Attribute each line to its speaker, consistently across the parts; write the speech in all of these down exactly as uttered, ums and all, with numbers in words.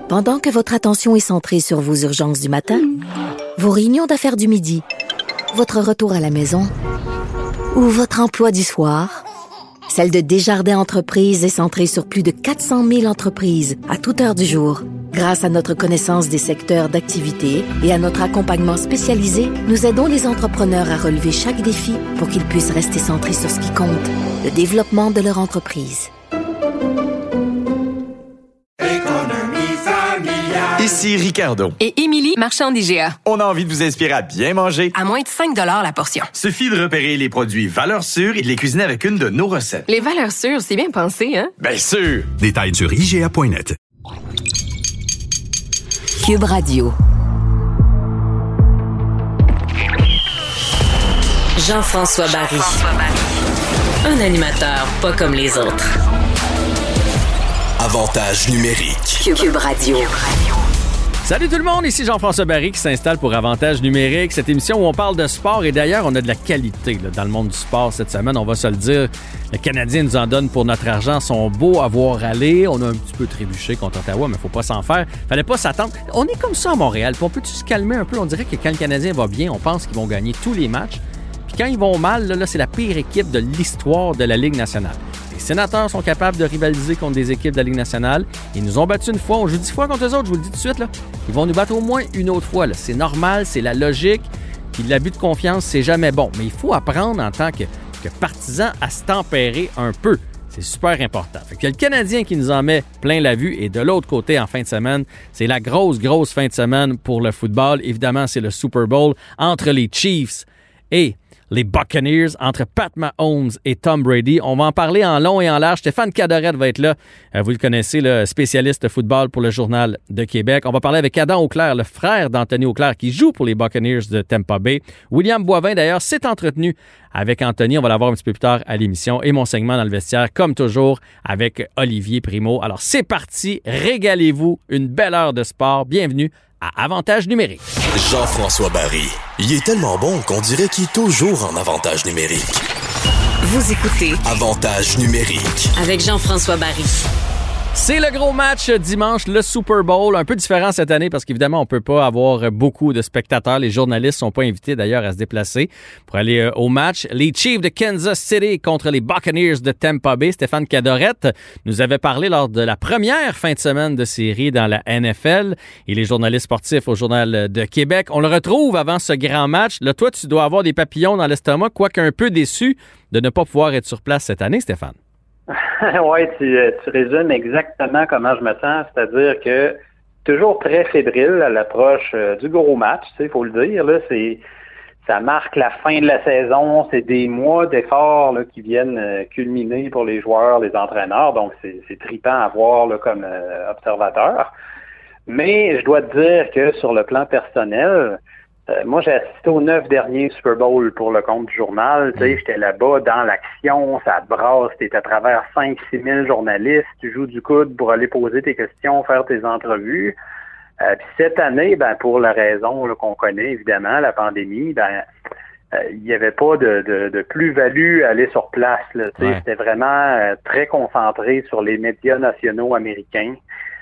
Speaker 1: Pendant que votre attention est centrée sur vos urgences du matin, vos réunions d'affaires du midi, votre retour à la maison ou votre emploi du soir, celle de Desjardins Entreprises est centrée sur plus de quatre cent mille entreprises à toute heure du jour. Grâce à notre connaissance des secteurs d'activité et à notre accompagnement spécialisé, nous aidons les entrepreneurs à relever chaque défi pour qu'ils puissent rester centrés sur ce qui compte, le développement de leur entreprise.
Speaker 2: Ici Ricardo.
Speaker 3: Et Émilie, marchand d'I G A.
Speaker 2: On a envie de vous inspirer à bien manger.
Speaker 3: À moins de cinq dollars la portion.
Speaker 2: Suffit de repérer les produits valeurs sûres et de les cuisiner avec une de nos recettes.
Speaker 3: Les valeurs sûres, c'est bien pensé, hein?
Speaker 2: Bien sûr!
Speaker 4: Détails sur I G A point net.
Speaker 1: Cube Radio.
Speaker 5: Jean-François Barry. Un animateur pas comme les autres.
Speaker 4: Avantage numérique.
Speaker 5: Cube Radio.
Speaker 6: Salut tout le monde, ici Jean-François Barry qui s'installe pour Avantage numérique, cette émission où on parle de sport et d'ailleurs on a de la qualité là, dans le monde du sport cette semaine, on va se le dire. Les Canadiens nous en donnent pour notre argent, sont beaux à voir aller. On a un petit peu trébuché contre Ottawa, mais faut pas s'en faire. Fallait pas s'attendre. On est comme ça à Montréal, puis on peut-tu se calmer un peu? On dirait que quand le Canadien va bien, on pense qu'ils vont gagner tous les matchs. Puis quand ils vont mal, là, là c'est la pire équipe de l'histoire de la Ligue nationale. Les Sénateurs sont capables de rivaliser contre des équipes de la Ligue nationale. Ils nous ont battus une fois. On joue dix fois contre eux autres, je vous le dis tout de suite. Là. Ils vont nous battre au moins une autre fois. Là. C'est normal, c'est la logique. Puis l'abus de confiance, c'est jamais bon. Mais il faut apprendre en tant que, que partisan à se tempérer un peu. C'est super important. Fait qu'il y a le Canadien qui nous en met plein la vue. Et de l'autre côté, en fin de semaine, c'est la grosse, grosse fin de semaine pour le football. Évidemment, c'est le Super Bowl entre les Chiefs et les Buccaneers, entre Pat Mahomes et Tom Brady. On va en parler en long et en large. Stéphane Cadorette va être là. Euh, vous le connaissez, le spécialiste de football pour le Journal de Québec. On va parler avec Adam Auclair, le frère d'Anthony Auclair, qui joue pour les Buccaneers de Tampa Bay. William Boivin, d'ailleurs, s'est entretenu avec Anthony. On va l'avoir un petit peu plus tard à l'émission. Et mon segment dans le vestiaire, comme toujours, avec Olivier Primo. Alors, c'est parti. Régalez-vous. Une belle heure de sport. Bienvenue à Avantage numérique.
Speaker 4: Jean-François Barry. Il est tellement bon qu'on dirait qu'il est toujours en avantage numérique.
Speaker 5: Vous écoutez
Speaker 4: Avantage numérique.
Speaker 5: Avec Jean-François Barry.
Speaker 6: C'est le gros match dimanche, le Super Bowl. Un peu différent cette année parce qu'évidemment, on peut pas avoir beaucoup de spectateurs. Les journalistes sont pas invités d'ailleurs à se déplacer pour aller euh, au match. Les Chiefs de Kansas City contre les Buccaneers de Tampa Bay. Stéphane Cadorette nous avait parlé lors de la première fin de semaine de série dans la N F L. Il est journaliste sportif au Journal de Québec. On le retrouve avant ce grand match. Là, toi, tu dois avoir des papillons dans l'estomac, quoique un peu déçu de ne pas pouvoir être sur place cette année, Stéphane.
Speaker 7: Oui, tu, tu résumes exactement comment je me sens, c'est-à-dire que toujours très fébrile à l'approche euh, du gros match, tu sais, il faut le dire, là, c'est ça marque la fin de la saison, c'est des mois d'efforts là, qui viennent euh, culminer pour les joueurs, les entraîneurs, donc c'est, c'est trippant à voir là, comme euh, observateur. Mais je dois te dire que sur le plan personnel, Euh, moi, j'ai assisté aux neuf derniers Super Bowl pour le compte du journal. Tu sais, j'étais là-bas dans l'action, ça te brasse, t'es à travers cinq six mille journalistes, tu joues du coude pour aller poser tes questions, faire tes entrevues. Euh, puis cette année, ben pour la raison là, qu'on connaît, évidemment, la pandémie, ben il euh, n'y avait pas de, de, de plus-value à aller sur place. Là, tu sais, ouais. C'était vraiment euh, très concentré sur les médias nationaux américains.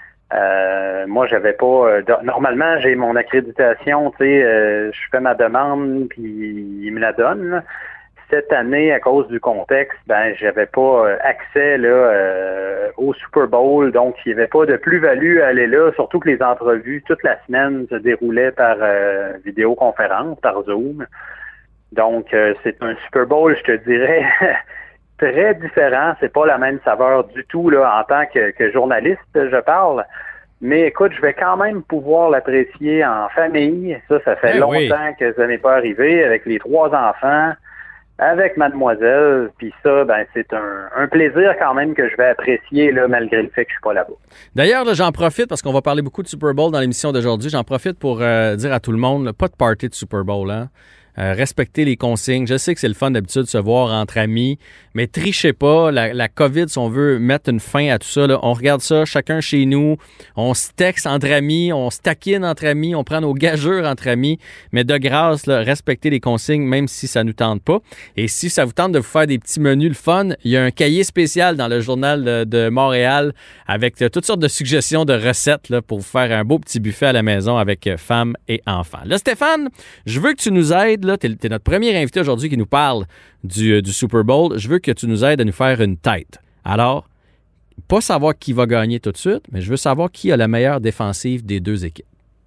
Speaker 7: Euh, moi, j'avais pas... Euh, de, normalement, j'ai mon accréditation, tu sais, euh, je fais ma demande, puis il me la donne. Là. Cette année, à cause du contexte, ben, j'avais pas euh, accès là euh, au Super Bowl, donc il n'y avait pas de plus-value à aller là, surtout que les entrevues, toute la semaine, se déroulaient par euh, vidéoconférence, par Zoom. Donc, euh, c'est un Super Bowl, je te dirais... très différent, c'est pas la même saveur du tout là en tant que, que journaliste, je parle. Mais écoute, je vais quand même pouvoir l'apprécier en famille. Ça, ça fait eh longtemps oui. que ça n'est pas arrivé avec les trois enfants, avec mademoiselle. Puis ça, ben c'est un, un plaisir quand même que je vais apprécier là malgré le fait que je suis pas là-bas.
Speaker 6: D'ailleurs, là, j'en profite parce qu'on va parler beaucoup de Super Bowl dans l'émission d'aujourd'hui. J'en profite pour euh, dire à tout le monde, là, pas de party de Super Bowl, hein. Euh, respectez les consignes. Je sais que c'est le fun d'habitude de se voir entre amis, mais trichez pas. La, la COVID, si on veut mettre une fin à tout ça, là, on regarde ça chacun chez nous. On se texte entre amis, on se taquine entre amis, on prend nos gageures entre amis. Mais de grâce, là, respectez les consignes, même si ça nous tente pas. Et si ça vous tente de vous faire des petits menus le fun, il y a un cahier spécial dans le Journal de, de Montréal avec euh, toutes sortes de suggestions de recettes là, pour vous faire un beau petit buffet à la maison avec euh, femmes et enfants. Là, Stéphane, je veux que tu nous aides. Là, t'es, t'es notre premier invité aujourd'hui qui nous parle du, euh, du Super Bowl. Je veux que tu nous aides à nous faire une tête. Alors, pas savoir qui va gagner tout de suite, mais je veux savoir qui a la meilleure défensive des deux équipes.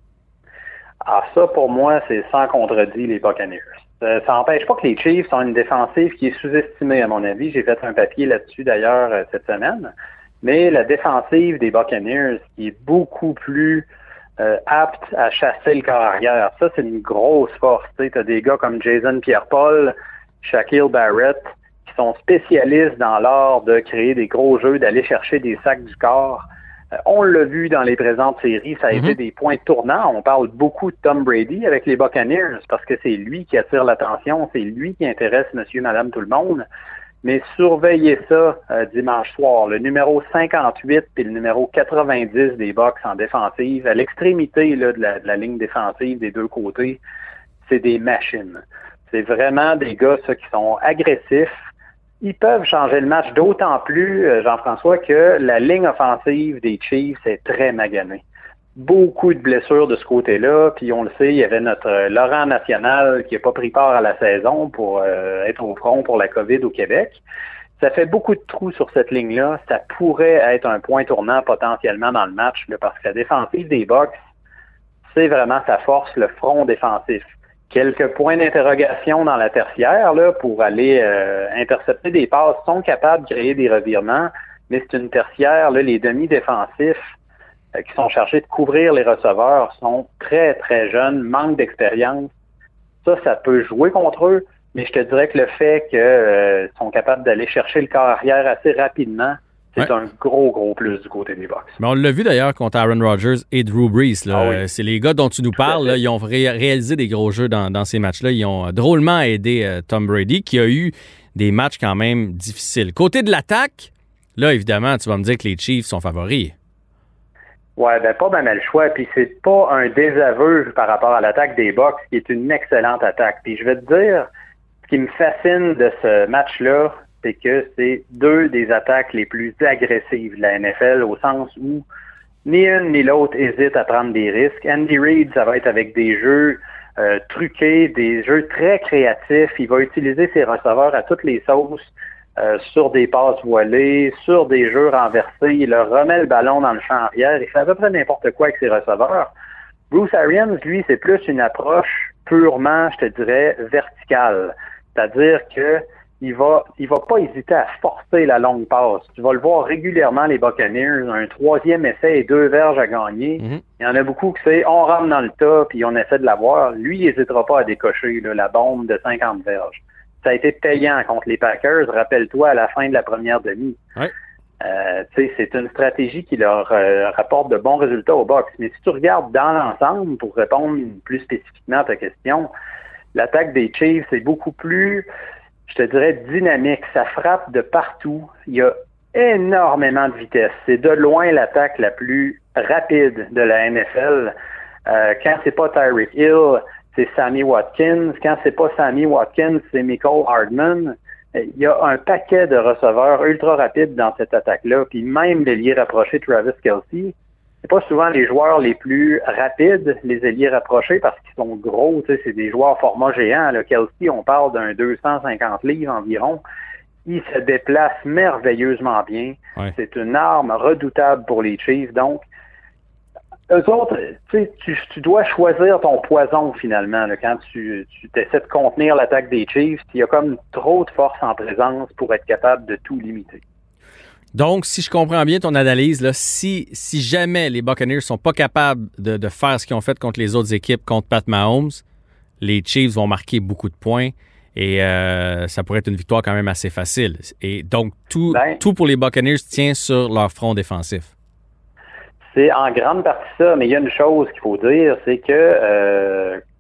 Speaker 7: Ah, ça, pour moi, c'est sans contredit les Buccaneers. Euh, ça n'empêche pas que les Chiefs ont une défensive qui est sous-estimée, à mon avis. J'ai fait un papier là-dessus, d'ailleurs, euh, cette semaine. Mais la défensive des Buccaneers, qui est beaucoup plus euh, apte à chasser le corps arrière, ça, c'est une grosse force. Tu as des gars comme Jason Pierre-Paul, Shaquille Barrett, qui sont spécialistes dans l'art de créer des gros jeux, d'aller chercher des sacs du corps. Euh, on l'a vu dans les présentes séries, ça a mm-hmm. été des points tournants. On parle beaucoup de Tom Brady avec les Buccaneers parce que c'est lui qui attire l'attention, c'est lui qui intéresse monsieur, madame, tout le monde. Mais surveillez ça euh, dimanche soir. Le numéro cinquante-huit et le numéro quatre-vingt-dix des Bucs en défensive, à l'extrémité là, de, la, de la ligne défensive des deux côtés, c'est des machines. C'est vraiment des gars ça, qui sont agressifs. Ils peuvent changer le match, d'autant plus, euh, Jean-François, que la ligne offensive des Chiefs est très maganée. Beaucoup de blessures de ce côté-là, puis on le sait, il y avait notre euh, Laurent National qui n'a pas pris part à la saison pour euh, être au front pour la COVID au Québec. Ça fait beaucoup de trous sur cette ligne-là. Ça pourrait être un point tournant potentiellement dans le match, là, parce que la défensive des Bucs, c'est vraiment sa force, le front défensif. Quelques points d'interrogation dans la tertiaire là, pour aller euh, intercepter des passes, sont capables de créer des revirements, mais c'est une tertiaire, là, les demi-défensifs euh, qui sont chargés de couvrir les receveurs sont très, très jeunes, manquent d'expérience. Ça, ça peut jouer contre eux, mais je te dirais que le fait qu'ils euh, sont capables d'aller chercher le corps arrière assez rapidement, c'est ouais. un gros, gros plus du côté des Bucs.
Speaker 6: Mais on l'a vu d'ailleurs contre Aaron Rodgers et Drew Brees. Là. Ah oui. C'est les gars dont tu nous parles. Là, ils ont ré- réalisé des gros jeux dans, dans ces matchs-là. Ils ont drôlement aidé euh, Tom Brady, qui a eu des matchs quand même difficiles. Côté de l'attaque, là, évidemment, tu vas me dire que les Chiefs sont favoris.
Speaker 7: Ouais, ben pas ben le choix. Puis c'est pas un désaveu par rapport à l'attaque des Bucs, qui est une excellente attaque. Puis je vais te dire, ce qui me fascine de ce match-là, c'est que c'est deux des attaques les plus agressives de la N F L, au sens où ni une ni l'autre hésite à prendre des risques. Andy Reid, ça va être avec des jeux euh, truqués, des jeux très créatifs. Il va utiliser ses receveurs à toutes les sauces, euh, sur des passes voilées, sur des jeux renversés. Il leur remet le ballon dans le champ arrière. Il fait à peu près n'importe quoi avec ses receveurs. Bruce Arians, lui, c'est plus une approche purement, je te dirais, verticale. C'est-à-dire que il va il va pas hésiter à forcer la longue passe. Tu vas le voir régulièrement, les Buccaneers, un troisième essai et deux verges à gagner. Mm-hmm. Il y en a beaucoup qui c'est on rentre dans le tas puis on essaie de l'avoir. Lui, il n'hésitera pas à décocher là, la bombe de cinquante verges. Ça a été payant contre les Packers, rappelle-toi, à la fin de la première demi.
Speaker 6: Ouais.
Speaker 7: Euh, c'est une stratégie qui leur euh, rapporte de bons résultats aux Bucs. Mais si tu regardes dans l'ensemble, pour répondre plus spécifiquement à ta question, l'attaque des Chiefs, c'est beaucoup plus, je te dirais, dynamique. Ça frappe de partout. Il y a énormément de vitesse. C'est de loin l'attaque la plus rapide de la N F L. Euh, quand c'est pas Tyreek Hill, c'est Sammy Watkins. Quand c'est pas Sammy Watkins, c'est Mecole Hardman. Il y a un paquet de receveurs ultra rapides dans cette attaque-là. Puis même l'ailier rapproché Travis Kelce, c'est pas souvent les joueurs les plus rapides, les ailiers rapprochés, parce qu'ils sont gros. Tu sais, c'est des joueurs format géant. Là. Kelce, on parle d'un deux cent cinquante livres environ. Il se déplace merveilleusement bien. Ouais. C'est une arme redoutable pour les Chiefs. Donc, eux autres, tu sais, tu, tu dois choisir ton poison finalement là, quand tu, tu essaies de contenir l'attaque des Chiefs. Il y a comme trop de force en présence pour être capable de tout limiter.
Speaker 6: Donc, si je comprends bien ton analyse, là, si, si jamais les Buccaneers sont pas capables de, de faire ce qu'ils ont fait contre les autres équipes, contre Pat Mahomes, les Chiefs vont marquer beaucoup de points et euh, ça pourrait être une victoire quand même assez facile. Et donc, tout, ben, tout pour les Buccaneers tient sur leur front défensif. C'est
Speaker 7: en grande partie ça, mais il y a une chose qu'il faut dire, c'est que euh,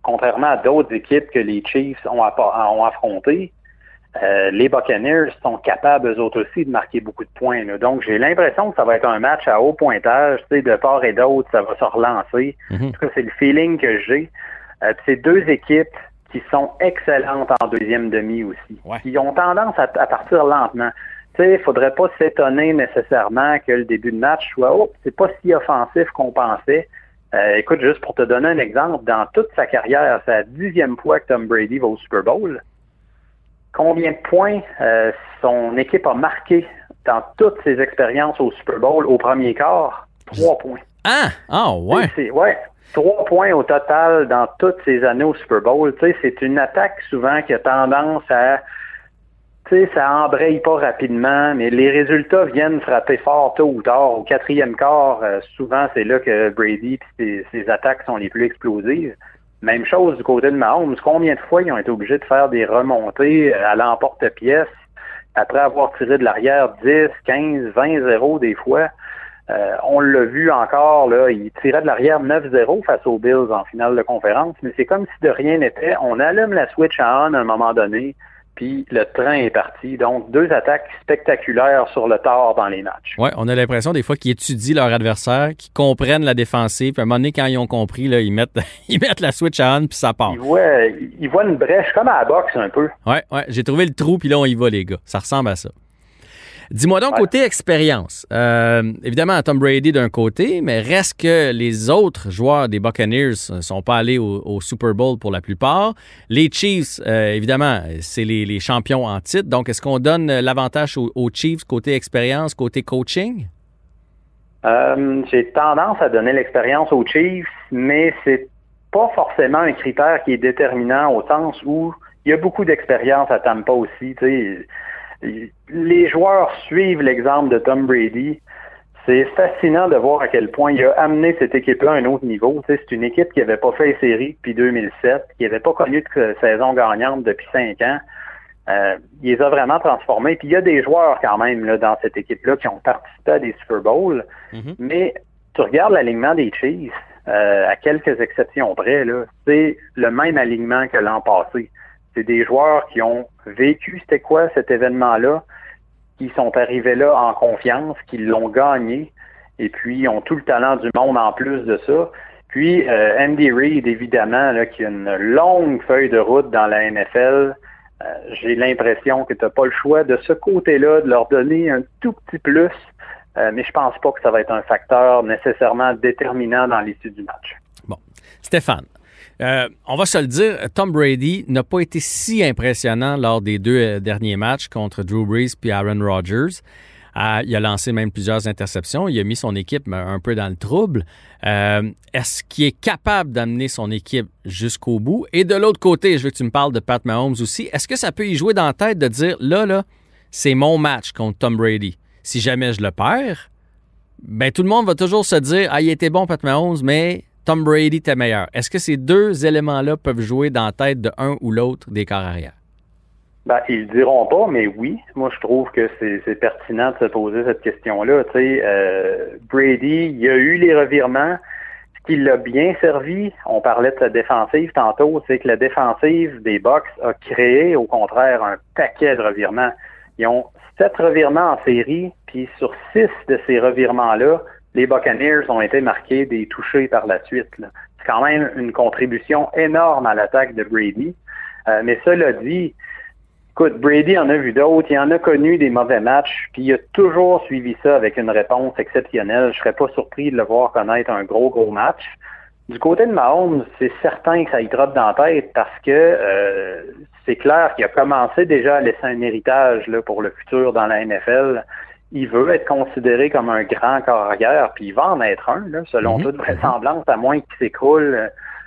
Speaker 7: contrairement à d'autres équipes que les Chiefs ont, ont affrontées, euh, les Buccaneers sont capables, eux autres aussi, de marquer beaucoup de points. Là. Donc, j'ai l'impression que ça va être un match à haut pointage. Tu sais, de part et d'autre, ça va se relancer. Mm-hmm. En tout cas, c'est le feeling que j'ai. Euh, c'est deux équipes qui sont excellentes en deuxième demi aussi. Ouais. Qui ont tendance à, à partir lentement. Tu sais, il faudrait pas s'étonner nécessairement que le début de match soit « Oh, c'est pas si offensif qu'on pensait ». Euh, écoute, juste pour te donner un exemple, dans toute sa carrière, c'est la dixième fois que Tom Brady va au Super Bowl. Combien de points euh, son équipe a marqué dans toutes ses expériences au Super Bowl au premier quart? Trois points.
Speaker 6: Ah! Ah, oh, ouais.
Speaker 7: C'est, ouais. Trois points au total dans toutes ces années au Super Bowl. Tu sais, c'est une attaque souvent qui a tendance à... Tu sais, ça embraye pas rapidement, mais les résultats viennent frapper fort tôt ou tard. Au quatrième quart, euh, souvent, c'est là que Brady et ses, ses attaques sont les plus explosives. Même chose du côté de Mahomes. Combien de fois ils ont été obligés de faire des remontées à l'emporte-pièce après avoir tiré de l'arrière dix, quinze, vingt zéro des fois? Euh, on l'a vu encore, là, ils tiraient de l'arrière neuf zéro face aux Bills en finale de conférence, mais c'est comme si de rien n'était. On allume la switch à on à un moment donné, puis le train est parti. Donc, deux attaques spectaculaires sur le tard dans les matchs.
Speaker 6: Oui, on a l'impression des fois qu'ils étudient leur adversaire, qu'ils comprennent la défensive. Puis à un moment donné, quand ils ont compris, là, ils mettent ils mettent la switch à on, puis ça part.
Speaker 7: Ils voient, ils voient une brèche, comme à la boxe un peu.
Speaker 6: Oui, ouais, j'ai trouvé le trou, puis là, on y va, les gars. Ça ressemble à ça. Dis-moi donc, ouais. Côté expérience, euh, évidemment, Tom Brady d'un côté, mais reste que les autres joueurs des Buccaneers ne sont pas allés au, au Super Bowl pour la plupart. Les Chiefs, euh, évidemment, c'est les, les champions en titre. Donc, est-ce qu'on donne l'avantage aux, aux Chiefs côté expérience, côté coaching?
Speaker 7: Euh, j'ai tendance à donner l'expérience aux Chiefs, mais c'est pas forcément un critère qui est déterminant au sens où il y a beaucoup d'expérience à Tampa aussi, tu sais. Les joueurs suivent l'exemple de Tom Brady. C'est fascinant de voir à quel point il a amené cette équipe-là à un autre niveau. Tu sais, c'est une équipe qui n'avait pas fait les séries depuis deux mille sept, qui n'avait pas connu de saison gagnante depuis cinq ans. Euh, il les a vraiment transformés. Puis il y a des joueurs quand même là, dans cette équipe-là qui ont participé à des Super Bowls. Mm-hmm. Mais tu regardes l'alignement des Chiefs, euh, à quelques exceptions près, là, c'est le même alignement que l'an passé. C'est des joueurs qui ont vécu, c'était quoi cet événement-là, qui sont arrivés là en confiance, qui l'ont gagné, et puis ont tout le talent du monde en plus de ça. Puis euh, Andy Reid, évidemment, là, qui a une longue feuille de route dans la N F L, euh, j'ai l'impression que tu n'as pas le choix de ce côté-là, de leur donner un tout petit plus, euh, mais je pense pas que ça va être un facteur nécessairement déterminant dans l'issue du match.
Speaker 6: Bon. Stéphane. Euh, on va se le dire, Tom Brady n'a pas été si impressionnant lors des deux euh, derniers matchs contre Drew Brees puis Aaron Rodgers. Euh, il a lancé même plusieurs interceptions. Il a mis son équipe un peu dans le trouble. Euh, est-ce qu'il est capable d'amener son équipe jusqu'au bout? Et de l'autre côté, je veux que tu me parles de Pat Mahomes aussi. Est-ce que ça peut y jouer dans la tête de dire, là, là, c'est mon match contre Tom Brady. Si jamais je le perds, ben tout le monde va toujours se dire, ah, il était bon Pat Mahomes, mais Tom Brady était meilleur. Est-ce que ces deux éléments-là peuvent jouer dans la tête de un ou l'autre des corps arrière?
Speaker 7: Ben, ils le diront pas, mais oui. Moi, je trouve que c'est, c'est pertinent de se poser cette question-là. Tu sais, euh, Brady, il y a eu les revirements. Ce qui l'a bien servi, on parlait de sa défensive tantôt, c'est que la défensive des Bucs a créé, au contraire, un paquet de revirements. Ils ont sept revirements en série, puis sur six de ces revirements-là, les Buccaneers ont été marqués des touchés par la suite. Là. C'est quand même une contribution énorme à l'attaque de Brady. Euh, mais cela dit, écoute, Brady en a vu d'autres, il en a connu des mauvais matchs, puis il a toujours suivi ça avec une réponse exceptionnelle. Je serais pas surpris de le voir connaître un gros, gros match. Du côté de Mahomes, c'est certain que ça y trotte dans la tête parce que euh, c'est clair qu'il a commencé déjà à laisser un héritage là, pour le futur dans la N F L. Il veut être considéré comme un grand corps arrière, puis il va en être un, là, selon mm-hmm. toute vraisemblance, à moins qu'il s'écroule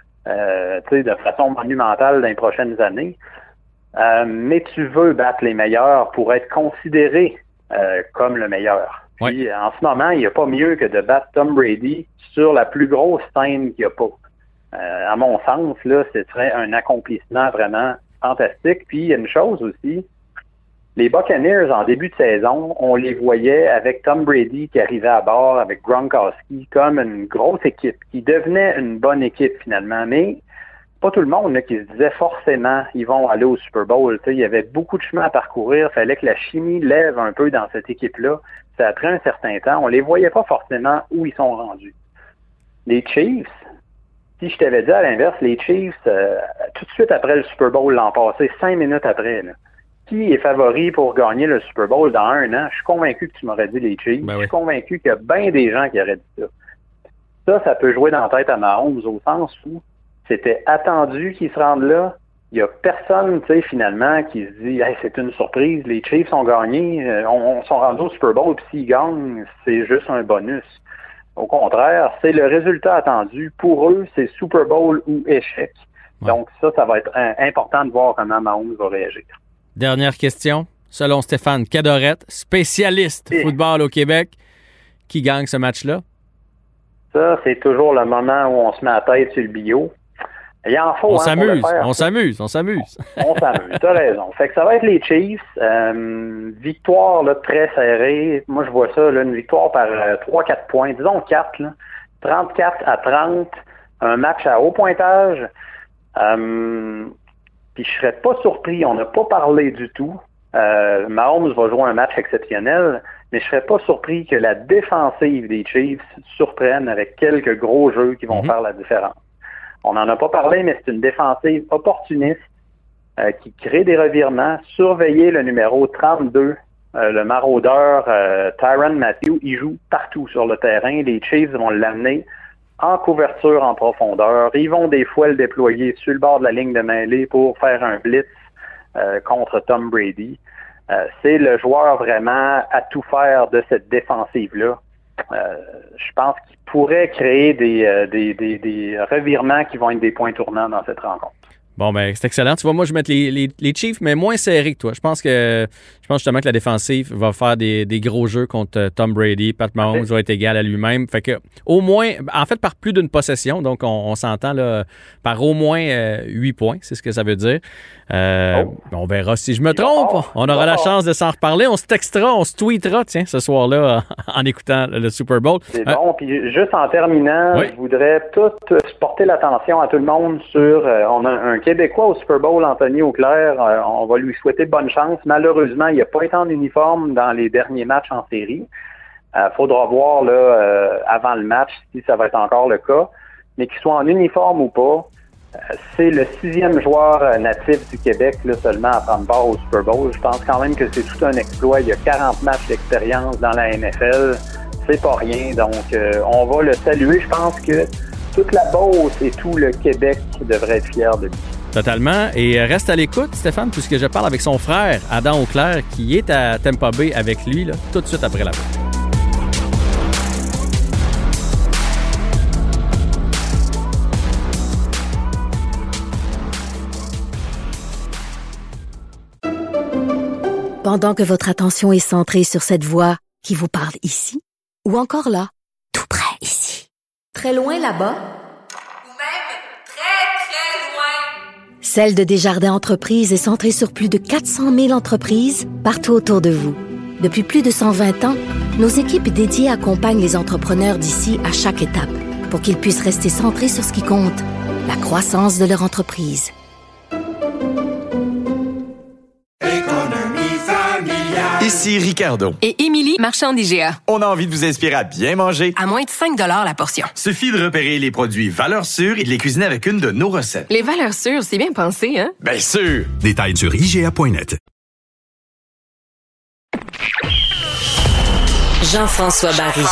Speaker 7: euh, de façon monumentale dans les prochaines années. Euh, mais tu veux battre les meilleurs pour être considéré euh, comme le meilleur. Puis oui. En ce moment, il n'y a pas mieux que de battre Tom Brady sur la plus grosse scène qu'il n'y a pas. Euh, à mon sens, là, ce serait un accomplissement vraiment fantastique. Puis il y a une chose aussi, les Buccaneers, en début de saison, on les voyait avec Tom Brady qui arrivait à bord, avec Gronkowski, comme une grosse équipe, qui devenait une bonne équipe finalement. Mais pas tout le monde là, qui se disait forcément ils vont aller au Super Bowl. T'sais, il y avait beaucoup de chemin à parcourir. Il fallait que la chimie lève un peu dans cette équipe-là. Ça a pris un certain temps. On les voyait pas forcément où ils sont rendus. Les Chiefs, si je t'avais dit à l'inverse, les Chiefs, euh, tout de suite après le Super Bowl l'an passé, cinq minutes après, là, qui est favori pour gagner le Super Bowl dans un an? Je suis convaincu que tu m'aurais dit les Chiefs.
Speaker 6: Ben oui.
Speaker 7: Je suis convaincu qu'il y a bien des gens qui auraient dit ça. Ça, ça peut jouer dans la tête à Mahomes au sens où c'était attendu qu'ils se rendent là. Il n'y a personne, tu sais, finalement, qui se dit hey, c'est une surprise, les Chiefs ont gagné, euh, on, on sont rendus au Super Bowl, puis s'ils gagnent, c'est juste un bonus. Au contraire, c'est le résultat attendu. Pour eux, c'est Super Bowl ou échec. Ouais. Donc ça, ça va être un, important de voir comment Mahomes va réagir.
Speaker 6: Dernière question. Selon Stéphane Cadorette, spécialiste Et... football au Québec, qui gagne ce match-là?
Speaker 7: Ça, c'est toujours le moment où on se met la tête sur le bio. Il en faut,
Speaker 6: on
Speaker 7: hein,
Speaker 6: s'amuse,
Speaker 7: faire,
Speaker 6: on s'amuse, on s'amuse.
Speaker 7: On s'amuse, t'as raison. Fait que ça va être les Chiefs. Euh, victoire là, très serrée. Moi, je vois ça, là, une victoire par euh, trois quatre points. Disons quatre, là. trente-quatre à trente. Un match à haut pointage. Euh, Puis je serais pas surpris, on n'a pas parlé du tout. Euh, Mahomes va jouer un match exceptionnel, mais je serais pas surpris que la défensive des Chiefs surprenne avec quelques gros jeux qui vont mm-hmm. faire la différence. On n'en a pas parlé, mais c'est une défensive opportuniste euh, qui crée des revirements. Surveillez le numéro trente-deux, euh, le maraudeur euh, Tyrann Mathieu. Il joue partout sur le terrain. Les Chiefs vont l'amener en couverture en profondeur. Ils vont des fois le déployer sur le bord de la ligne de mêlée pour faire un blitz euh, contre Tom Brady. Euh, c'est le joueur vraiment à tout faire de cette défensive-là. Euh, je pense qu'il pourrait créer des, euh, des, des, des revirements qui vont être des points tournants dans cette rencontre.
Speaker 6: Bon, ben c'est excellent. Tu vois, moi, je vais mettre les, les, les Chiefs, mais moins serrés que toi. Je pense que je pense justement que la défensive va faire des, des gros jeux contre Tom Brady. Pat Mahomes okay. va être égal à lui-même. Fait que au moins, en fait, par plus d'une possession, donc on, on s'entend là, par au moins euh, huit points, c'est ce que ça veut dire. Euh, oh. On verra si je me trompe. Oh. On aura oh. la chance de s'en reparler. On se textera, on se tweetera, tiens, ce soir-là, en écoutant le Super Bowl.
Speaker 7: C'est
Speaker 6: euh,
Speaker 7: bon. Puis juste en terminant, oui. je voudrais tout porter l'attention à tout le monde sur... Euh, on a un Québécois au Super Bowl, Anthony Auclair, euh, on va lui souhaiter bonne chance. Malheureusement, il n'a pas été en uniforme dans les derniers matchs en série. Il euh, faudra voir là euh, avant le match si ça va être encore le cas. Mais qu'il soit en uniforme ou pas, euh, c'est le sixième joueur euh, natif du Québec là, seulement à prendre part au Super Bowl. Je pense quand même que c'est tout un exploit. Il y a quarante matchs d'expérience dans la N F L. C'est pas rien. Donc, euh, on va le saluer. Je pense que toute la Beauce et tout le Québec devrait être fier de lui.
Speaker 6: Totalement. Et reste à l'écoute, Stéphane, puisque je parle avec son frère, Adam Auclair, qui est à Tampa Bay avec lui, là, tout de suite après la pause.
Speaker 1: Pendant que votre attention est centrée sur cette voix qui vous parle ici, ou encore là, tout près ici, très loin là-bas, Celle de Desjardins Entreprises est centrée sur plus de quatre cent mille entreprises partout autour de vous. Depuis plus de cent vingt ans, nos équipes dédiées accompagnent les entrepreneurs d'ici à chaque étape pour qu'ils puissent rester centrés sur ce qui compte, la croissance de leur entreprise.
Speaker 2: Ici Ricardo.
Speaker 3: Et Émilie, marchand d'I G A.
Speaker 2: On a envie de vous inspirer à bien manger.
Speaker 3: À moins de cinq dollars la portion.
Speaker 2: Suffit de repérer les produits valeurs sûres et de les cuisiner avec une de nos recettes.
Speaker 3: Les valeurs sûres, c'est bien pensé, hein?
Speaker 2: Bien sûr!
Speaker 8: Détails sur I G A point net.
Speaker 5: Jean-François Barry.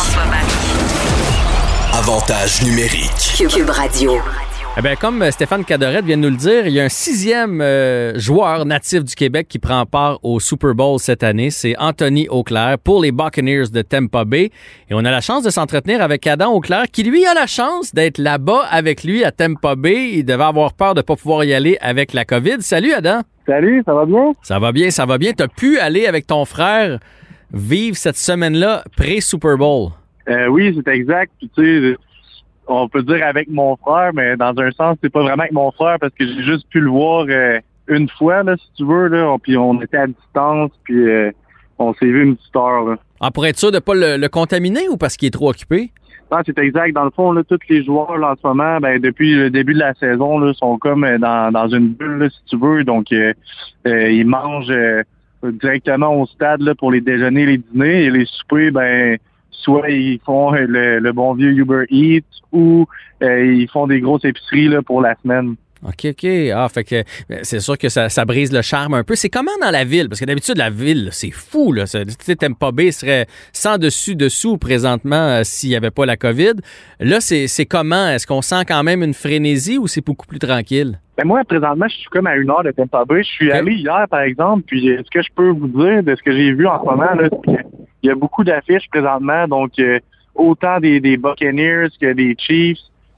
Speaker 4: Avantage numérique.
Speaker 5: Cube Radio.
Speaker 6: Eh bien, comme Stéphane Cadorette vient de nous le dire, il y a un sixième euh, joueur natif du Québec qui prend part au Super Bowl cette année. C'est Anthony Auclair pour les Buccaneers de Tampa Bay. Et on a la chance de s'entretenir avec Adam Auclair, qui lui a la chance d'être là-bas avec lui à Tampa Bay. Il devait avoir peur de ne pas pouvoir y aller avec la COVID. Salut Adam!
Speaker 9: Salut, ça va bien?
Speaker 6: Ça va bien, ça va bien. Tu as pu aller avec ton frère vivre cette semaine-là pré-Super Bowl.
Speaker 9: Euh, oui, c'est exact. Puis tu sais... On peut dire avec mon frère, mais dans un sens, c'est pas vraiment avec mon frère parce que j'ai juste pu le voir euh, une fois, là, si tu veux. Là. Puis on était à distance, puis euh, on s'est vu une petite heure. Là.
Speaker 6: Ah, pour être sûr de pas le, le contaminer ou parce qu'il est trop occupé?
Speaker 9: Non, c'est exact. Dans le fond, là, tous les joueurs là, en ce moment, ben, depuis le début de la saison, là, sont comme dans, dans une bulle, là, si tu veux. Donc, euh, euh, ils mangent euh, directement au stade là, pour les déjeuners, les dîners. Et les soupers, ben, soit ils font le, le bon vieux Uber Eats ou euh, ils font des grosses épiceries là, pour la semaine.
Speaker 6: OK, OK. Ah, fait que c'est sûr que ça, ça brise le charme un peu. C'est comment dans la ville? Parce que d'habitude, la ville, c'est fou, là. Tu sais, Tampa Bay serait sans dessus-dessous présentement euh, s'il n'y avait pas la COVID. Là, c'est, c'est comment? Est-ce qu'on sent quand même une frénésie ou c'est beaucoup plus tranquille?
Speaker 9: Ben moi, présentement, je suis comme à une heure de Tampa Bay. Je suis
Speaker 6: okay.
Speaker 9: allé hier, par exemple, puis ce que je peux vous dire de ce que j'ai vu en ce moment, là, c'est qu'il y a beaucoup d'affiches présentement. Donc, euh, autant des, des Buccaneers que des Chiefs.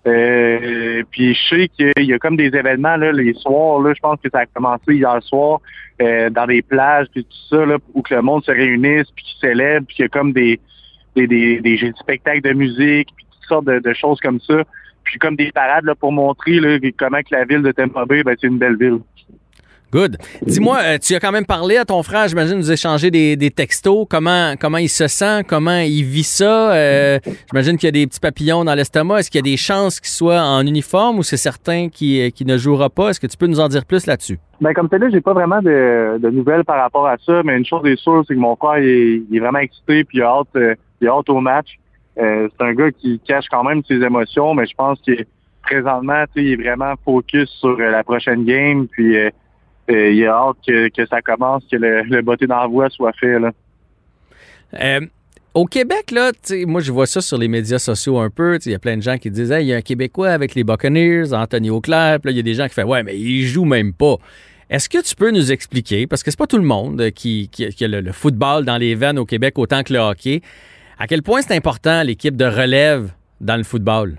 Speaker 9: Euh, puis je sais qu'il y a comme des événements là, les soirs, là, je pense que ça a commencé hier soir, euh, dans des plages puis tout ça, là, où que le monde se réunisse puis qui célèbre, puis qu'il y a comme des des, des, des, des spectacles de musique, puis toutes sortes de, de choses comme ça. Puis comme des parades là, pour montrer là, comment que la ville de Tampa Bay, ben, c'est une belle ville.
Speaker 6: Good. Dis-moi, euh, tu as quand même parlé à ton frère, j'imagine, vous échangez des, des textos. Comment comment il se sent? Comment il vit ça? Euh, j'imagine qu'il y a des petits papillons dans l'estomac. Est-ce qu'il y a des chances qu'il soit en uniforme ou c'est certain qu'il, qu'il ne jouera pas? Est-ce que tu peux nous en dire plus là-dessus?
Speaker 9: Ben comme tel, là, j'ai pas vraiment de, de nouvelles par rapport à ça, mais une chose est sûre, c'est que mon frère il est, il est vraiment excité puis il a hâte, euh, il a hâte au match. Euh, c'est un gars qui cache quand même ses émotions, mais je pense que présentement, il est vraiment focus sur euh, la prochaine game. Puis euh, Euh, il a hâte que, que ça commence, que le, le botté d'envoi soit fait. Là.
Speaker 6: Euh, au Québec, là, moi, je vois ça sur les médias sociaux un peu. Il y a plein de gens qui disent hey, « il y a un Québécois avec les Buccaneers, Anthony Auclair. » Puis là, il y a des gens qui font « Ouais, mais il joue même pas. » Est-ce que tu peux nous expliquer, parce que c'est pas tout le monde qui, qui, qui a le, le football dans les veines au Québec autant que le hockey, à quel point c'est important l'équipe de relève dans le football?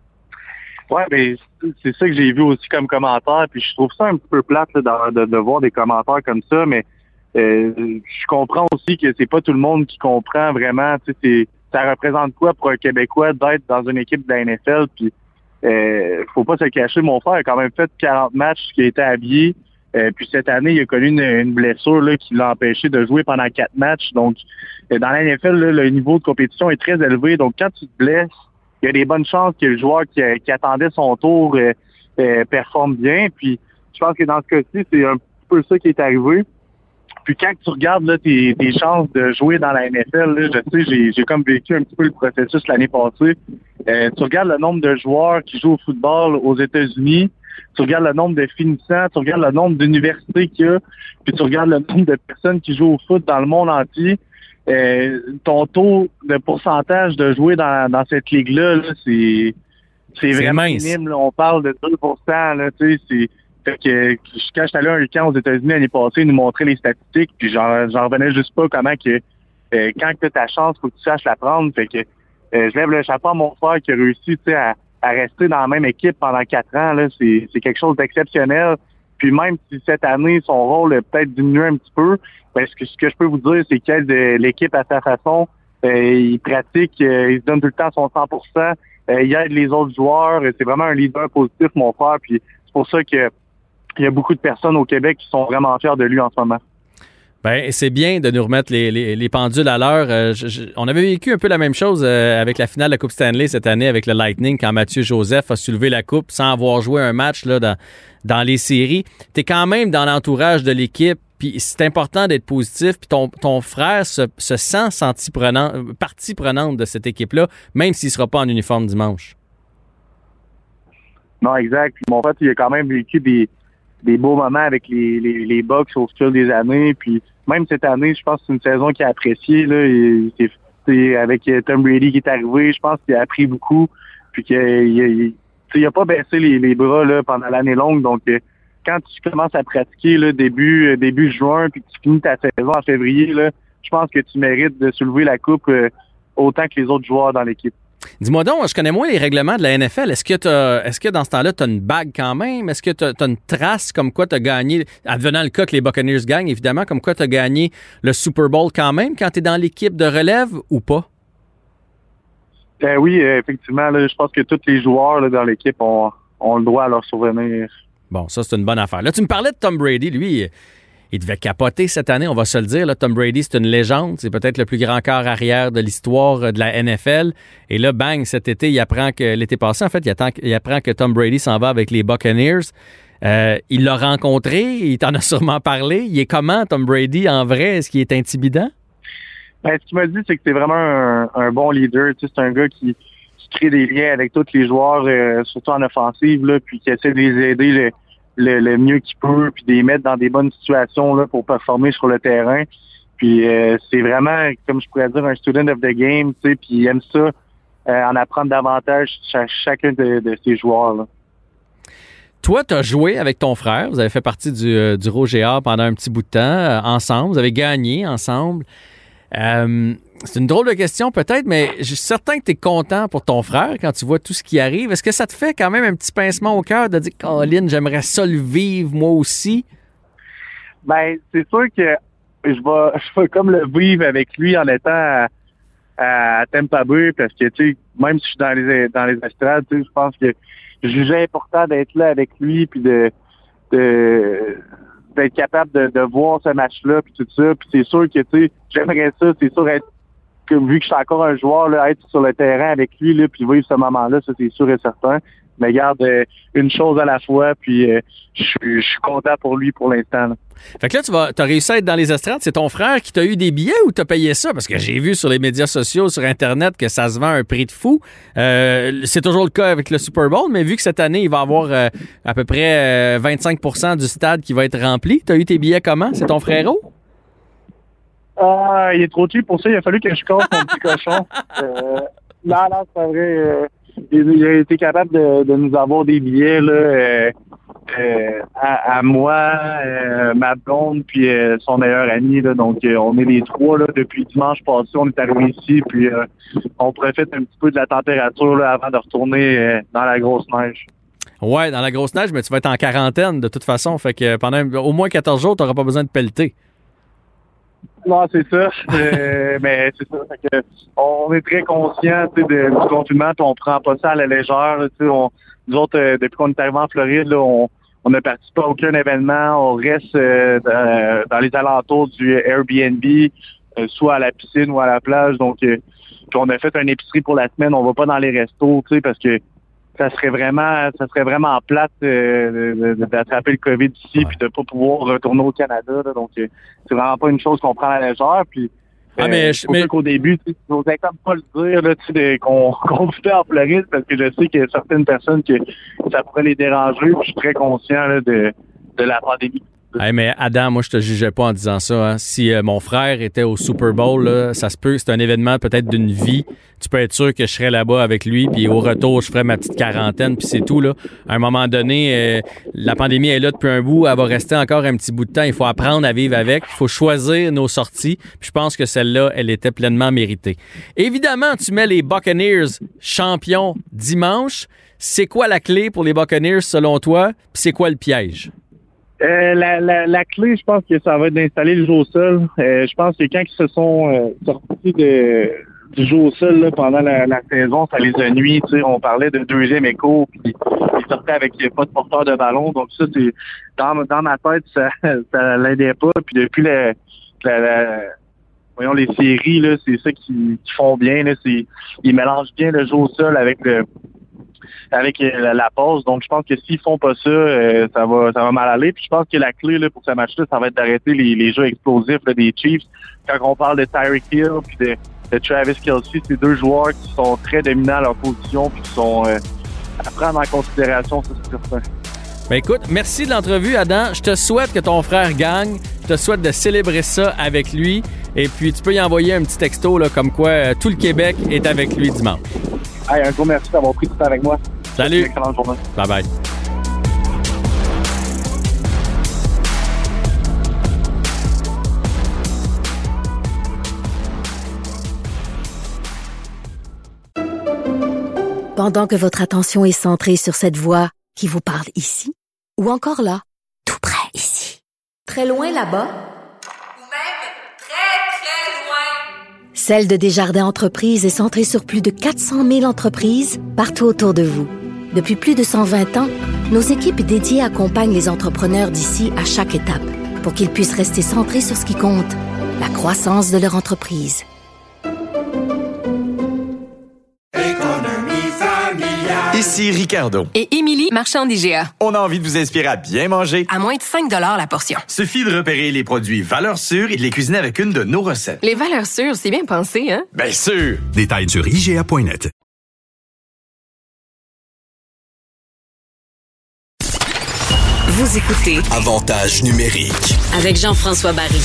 Speaker 9: Oui, mais c'est ça que j'ai vu aussi comme commentaire, puis je trouve ça un petit peu plate là, de, de, de voir des commentaires comme ça, mais euh, je comprends aussi que c'est pas tout le monde qui comprend vraiment, tu sais, c'est, ça représente quoi pour un Québécois d'être dans une équipe de la N F L, puis euh, faut pas se cacher, mon frère a quand même fait quarante matchs qui a été habillé, euh, puis cette année, il a connu une, une blessure là, qui l'a empêché de jouer pendant quatre matchs, donc euh, dans la N F L, là, le niveau de compétition est très élevé, donc quand tu te blesses, il y a des bonnes chances que le joueur qui, qui attendait son tour euh, euh, performe bien. Puis je pense que dans ce cas-ci, c'est un peu ça qui est arrivé. Puis quand tu regardes là, tes, tes chances de jouer dans la N F L, là, je sais, j'ai, j'ai comme vécu un petit peu le processus l'année passée. Euh, tu regardes le nombre de joueurs qui jouent au football aux États-Unis, tu regardes le nombre de finissants, tu regardes le nombre d'universités qu'il y a, puis tu regardes le nombre de personnes qui jouent au foot dans le monde entier. Euh, ton taux de pourcentage de jouer dans, dans cette ligue-là, là, c'est, c'est, c'est vraiment
Speaker 6: mince.
Speaker 9: minime. Là. On parle de deux pour cent. Là, tu sais, c'est, fait que, quand j'étais allé à un camp aux États-Unis l'année passée, ils nous montraient les statistiques, puis j'en, j'en revenais juste pas comment que euh, quand tu as ta chance, faut que tu saches la prendre. Fait que euh, je lève le chapeau à mon frère qui a réussi à, à rester dans la même équipe pendant quatre ans. Là, c'est, c'est quelque chose d'exceptionnel. Puis même si cette année, son rôle a peut-être diminué un petit peu, ben, ce, que, ce que je peux vous dire, c'est qu'il aide l'équipe à sa façon. Euh, il pratique, euh, il se donne tout le temps son cent pour cent. Euh, il aide les autres joueurs. C'est vraiment un leader positif, mon frère. Puis c'est pour ça qu'il y a beaucoup de personnes au Québec qui sont vraiment fiers de lui en ce moment.
Speaker 6: Ben, c'est bien de nous remettre les, les, les pendules à l'heure. Euh, je, je, on avait vécu un peu la même chose euh, avec la finale de la Coupe Stanley cette année avec le Lightning quand Mathieu Joseph a soulevé la coupe sans avoir joué un match là, dans, dans les séries. Tu es quand même dans l'entourage de l'équipe, puis c'est important d'être positif. Puis ton, ton frère se, se sent senti prenant, partie prenante de cette équipe-là, même s'il ne sera pas en uniforme dimanche.
Speaker 9: Non, exact. Puis mon frère, il a quand même vécu des, des beaux moments avec les, les, les Bucks au fil des années. Puis même cette année, je pense que c'est une saison qu'il a appréciée. Là. Il, c'est, c'est avec Tom Brady qui est arrivé, je pense qu'il a appris beaucoup. Puis qu'il n'a pas baissé les, les bras là, pendant l'année longue. Donc, quand tu commences à pratiquer là, début, début juin, puis que tu finis ta saison en février, là, je pense que tu mérites de soulever la coupe euh, autant que les autres joueurs dans l'équipe.
Speaker 6: Dis-moi donc, je connais moins les règlements de la N F L. Est-ce que, t'as, est-ce que dans ce temps-là, tu as une bague quand même? Est-ce que tu as une trace comme quoi tu as gagné, advenant le cas que les Buccaneers gagnent, évidemment, comme quoi tu as gagné le Super Bowl quand même quand tu es dans l'équipe de relève ou pas?
Speaker 9: Ben oui, effectivement. Là, je pense que tous les joueurs là, dans l'équipe ont, ont le droit à leur souvenir.
Speaker 6: Bon, ça, c'est une bonne affaire. Là, tu me parlais de Tom Brady. Lui, il devait capoter cette année, on va se le dire. Là, Tom Brady, c'est une légende. C'est peut-être le plus grand corps arrière de l'histoire de la N F L. Et là, bang, cet été, il apprend que l'été passé, en fait, il, attend, il apprend que Tom Brady s'en va avec les Buccaneers. Euh, il l'a rencontré, il t'en a sûrement parlé. Il est comment, Tom Brady, en vrai? Est-ce qu'il est intimidant?
Speaker 9: Ben, ce qu'il m'a dit, c'est que c'est vraiment un, un bon leader. Tu sais, c'est un gars qui, qui crée des liens avec tous les joueurs, euh, surtout en offensive, là, puis qui essaie de les aider le, le, le mieux qu'il peut, puis de les mettre dans des bonnes situations là, pour performer sur le terrain. Puis euh, c'est vraiment, comme je pourrais dire, un student of the game, tu sais, puis il aime ça, euh, en apprendre davantage ch- chacun de, de ses joueurs, là.
Speaker 6: Toi, tu as joué avec ton frère. Vous avez fait partie du, euh, du Rouge et Or pendant un petit bout de temps, euh, ensemble. Vous avez gagné ensemble. Euh, c'est une drôle de question peut-être, mais je suis certain que tu es content pour ton frère quand tu vois tout ce qui arrive. Est-ce que ça te fait quand même un petit pincement au cœur de dire « Colin, j'aimerais ça le vivre moi aussi ».
Speaker 9: Ben, c'est sûr que je vais, je vais comme le vivre avec lui en étant à, à Tampa Bay, parce que, tu sais, même si je suis dans les, dans les estrades, tu sais, je pense que je jugeais important d'être là avec lui, puis de, de d'être capable de, de voir ce match-là, puis tout ça. Puis c'est sûr que, tu sais, j'aimerais ça, c'est sûr, être, que, vu que je suis encore un joueur, là, être sur le terrain avec lui, là, puis vivre ce moment-là, ça, c'est sûr et certain. Mais garde euh, une chose à la fois, puis euh, je suis je suis content pour lui pour l'instant, là.
Speaker 6: Fait que là, tu vas, t'as réussi à être dans les estrades. C'est ton frère qui t'a eu des billets ou t'as payé ça? Parce que j'ai vu sur les médias sociaux, sur Internet, que ça se vend à un prix de fou. Euh, c'est toujours le cas avec le Super Bowl, mais vu que cette année, il va y avoir euh, à peu près euh, vingt-cinq pour cent du stade qui va être rempli, t'as eu tes billets comment? C'est ton frérot?
Speaker 9: Ah, il est trop cheap pour ça. Il a fallu que je casse mon petit cochon. Euh, non, non, c'est pas vrai. Euh, il, il a été capable de, de nous avoir des billets, là, euh, euh, à, à moi, euh, ma blonde, puis euh, son meilleur ami, là. Donc, euh, on est les trois, là, depuis dimanche passé. On est arrivés ici, puis euh, on profite un petit peu de la température, là, avant de retourner euh, dans la grosse neige.
Speaker 6: Ouais, dans la grosse neige, mais tu vas être en quarantaine de toute façon. Fait que pendant au moins quatorze jours, tu n'auras pas besoin de pelleter.
Speaker 9: Non, c'est ça. Euh, mais c'est ça. Fait que on est très conscient de, du confinement, puis on prend pas ça à la légère. Là, on, nous autres, euh, depuis qu'on est arrivé en Floride, là, on on ne participe pas à aucun événement. On reste euh, dans, dans les alentours du Airbnb, euh, soit à la piscine ou à la plage. Donc, euh, puis on a fait une épicerie pour la semaine. On va pas dans les restos, tu sais, parce que ça serait vraiment ça serait vraiment plate euh, d'attraper le COVID ici, ouais, puis de pas pouvoir retourner au Canada, là. Donc euh, c'est vraiment pas une chose qu'on prend à la légère. Puis
Speaker 6: ah, mais,
Speaker 9: euh,
Speaker 6: je,
Speaker 9: mais... qu'au début, tu n'osais comme pas le dire, là, tu sais, qu'on qu'on vivait en Floride, parce que je sais qu'il y a certaines personnes que ça pourrait les déranger. Puis je suis très conscient là, de de la pandémie.
Speaker 6: Hey, mais Adam, moi, je te jugeais pas en disant ça. Hein. Si euh, mon frère était au Super Bowl, là, ça se peut, c'est un événement peut-être d'une vie. Tu peux être sûr que je serais là-bas avec lui, puis au retour, je ferais ma petite quarantaine, puis c'est tout, là. À un moment donné, euh, la pandémie est là depuis un bout, elle va rester encore un petit bout de temps. Il faut apprendre à vivre avec, il faut choisir nos sorties, puis je pense que celle-là, elle était pleinement méritée. Évidemment, tu mets les Buccaneers champions dimanche. C'est quoi la clé pour les Buccaneers, selon toi, puis c'est quoi le piège?
Speaker 9: Euh, la, la, la clé, je pense que ça va être d'installer le jeu au sol. Euh, je pense que quand ils se sont euh, sortis de, du jeu au sol là, pendant la, la saison, ça les a nuits. Tu sais, on parlait de deuxième écho, puis ils sortaient avec pas de porteur de ballon. Donc ça, c'est dans, dans ma tête, ça, ça l'aidait pas. Puis depuis la, la, la voyons les séries, là, c'est ça qui, qui font bien. Là, c'est, ils mélangent bien le jeu au sol avec le avec la, la pause. Donc, je pense que s'ils font pas ça, euh, ça va ça va mal aller. Puis je pense que la clé là, pour ce match-là, ça va être d'arrêter les, les jeux explosifs là, des Chiefs. Quand on parle de Tyreek Hill puis de, de Travis Kelce, c'est deux joueurs qui sont très dominants à leur position puis qui sont euh, à prendre en considération, ça c'est certain.
Speaker 6: Ben écoute, merci de l'entrevue, Adam. Je te souhaite que ton frère gagne. Je te souhaite de célébrer ça avec lui. Et puis, tu peux y envoyer un petit texto là, comme quoi euh, tout le Québec est avec lui dimanche.
Speaker 9: Hey, un gros merci d'avoir pris tout le temps avec moi.
Speaker 6: Salut.
Speaker 9: Excellente journée.
Speaker 6: Bye bye.
Speaker 1: Pendant que votre attention est centrée sur cette voix qui vous parle ici, ou encore là, tout près ici, très loin là-bas,
Speaker 10: ou même très, très loin,
Speaker 1: Celle de Desjardins Entreprises est centrée sur plus de quatre cent mille entreprises partout autour de vous. Depuis plus de cent vingt ans, nos équipes dédiées accompagnent les entrepreneurs d'ici à chaque étape pour qu'ils puissent rester centrés sur ce qui compte, la croissance de leur entreprise.
Speaker 2: Ici Ricardo.
Speaker 3: Et Émilie, marchand d'I G A.
Speaker 2: On a envie de vous inspirer à bien manger.
Speaker 3: À moins de cinq dollars la portion.
Speaker 2: Suffit de repérer les produits valeurs sûres et de les cuisiner avec une de nos recettes.
Speaker 3: Les valeurs sûres, c'est bien pensé, hein?
Speaker 2: Bien sûr!
Speaker 8: Détails sur I G A point net.
Speaker 5: Vous écoutez
Speaker 4: Avantage numérique
Speaker 5: avec Jean-François Barry.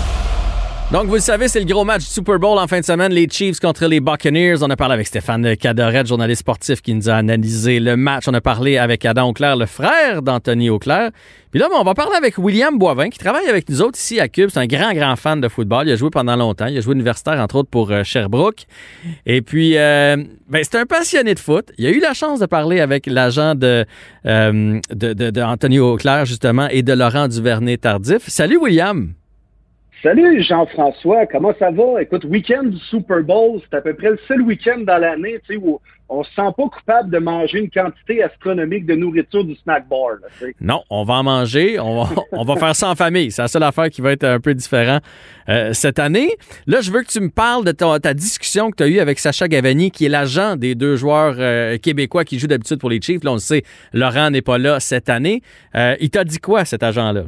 Speaker 6: Donc, vous le savez, c'est le gros match du Super Bowl en fin de semaine. Les Chiefs contre les Buccaneers. On a parlé avec Stéphane Cadorette, journaliste sportif, qui nous a analysé le match. On a parlé avec Adam Auclair, le frère d'Anthony Auclair. Puis là, on va parler avec William Boivin, qui travaille avec nous autres ici à Cube. C'est un grand, grand fan de football. Il a joué pendant longtemps. Il a joué universitaire, entre autres, pour euh, Sherbrooke. Et puis, euh, ben, c'est un passionné de foot. Il a eu la chance de parler avec l'agent de, euh, de, de, de Anthony Auclair, justement, et de Laurent Duvernay-Tardif. Salut, William!
Speaker 11: Salut Jean-François, comment ça va? Écoute, week-end du Super Bowl, c'est à peu près le seul week-end dans l'année, tu sais, où on se sent pas coupable de manger une quantité astronomique de nourriture du snack bar. Là, tu sais.
Speaker 6: Non, on va en manger, on va, on va faire ça en famille. C'est la seule affaire qui va être un peu différent euh, cette année. Là, je veux que tu me parles de ta, ta discussion que tu as eue avec Sacha Gavani, qui est l'agent des deux joueurs euh, québécois qui jouent d'habitude pour les Chiefs. Là, on le sait, Laurent n'est pas là cette année. Euh, il t'a dit quoi, cet agent-là?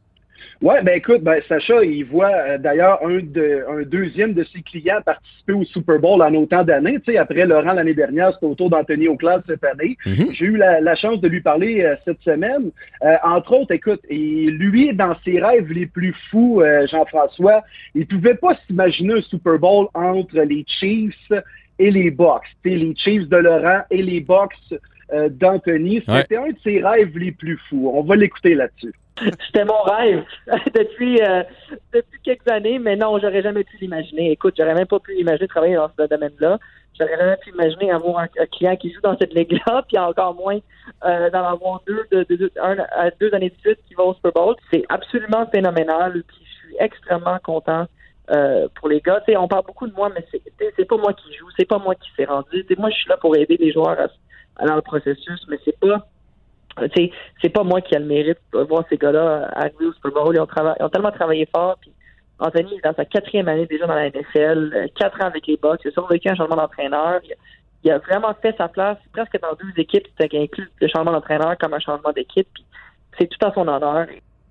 Speaker 11: Ouais, ben écoute, ben Sacha, il voit euh, d'ailleurs un, de, un deuxième de ses clients participer au Super Bowl en autant d'années. Tu sais, après Laurent l'année dernière, c'était au tour d'Anthony Auclair cette année. Mm-hmm. J'ai eu la, la chance de lui parler euh, cette semaine. Euh, entre autres, écoute, et lui, dans ses rêves les plus fous, euh, Jean-François, il pouvait pas s'imaginer un Super Bowl entre les Chiefs et les Bucks. Tu sais, les Chiefs de Laurent et les Bucks euh, d'Anthony. C'était ouais. un de ses rêves les plus fous. On va l'écouter là-dessus.
Speaker 12: C'était mon rêve depuis euh, depuis quelques années, mais non, j'aurais jamais pu l'imaginer. Écoute, j'aurais même pas pu imaginer travailler dans ce domaine-là. J'aurais jamais pu imaginer avoir un, un client qui joue dans cette ligue-là, puis encore moins euh, d'en avoir deux, de, de, de, un, à deux années de suite qui vont au Super Bowl. C'est absolument phénoménal, puis je suis extrêmement content euh, pour les gars. T'sais, on parle beaucoup de moi, mais c'est, c'est pas moi qui joue, c'est pas moi qui s'est rendu. T'sais, moi, je suis là pour aider les joueurs à, à dans le processus, mais c'est pas T'sais, c'est pas moi qui a le mérite de voir ces gars-là arriver au Super Bowl. Ils ont, trava- ils ont tellement travaillé fort. Puis Anthony est dans sa quatrième année déjà dans la N F L, quatre ans avec les Bucks. Il a survécu un changement d'entraîneur. Il a, il a vraiment fait sa place presque dans deux équipes. C'était inclus le changement d'entraîneur comme un changement d'équipe. Puis c'est tout à son honneur.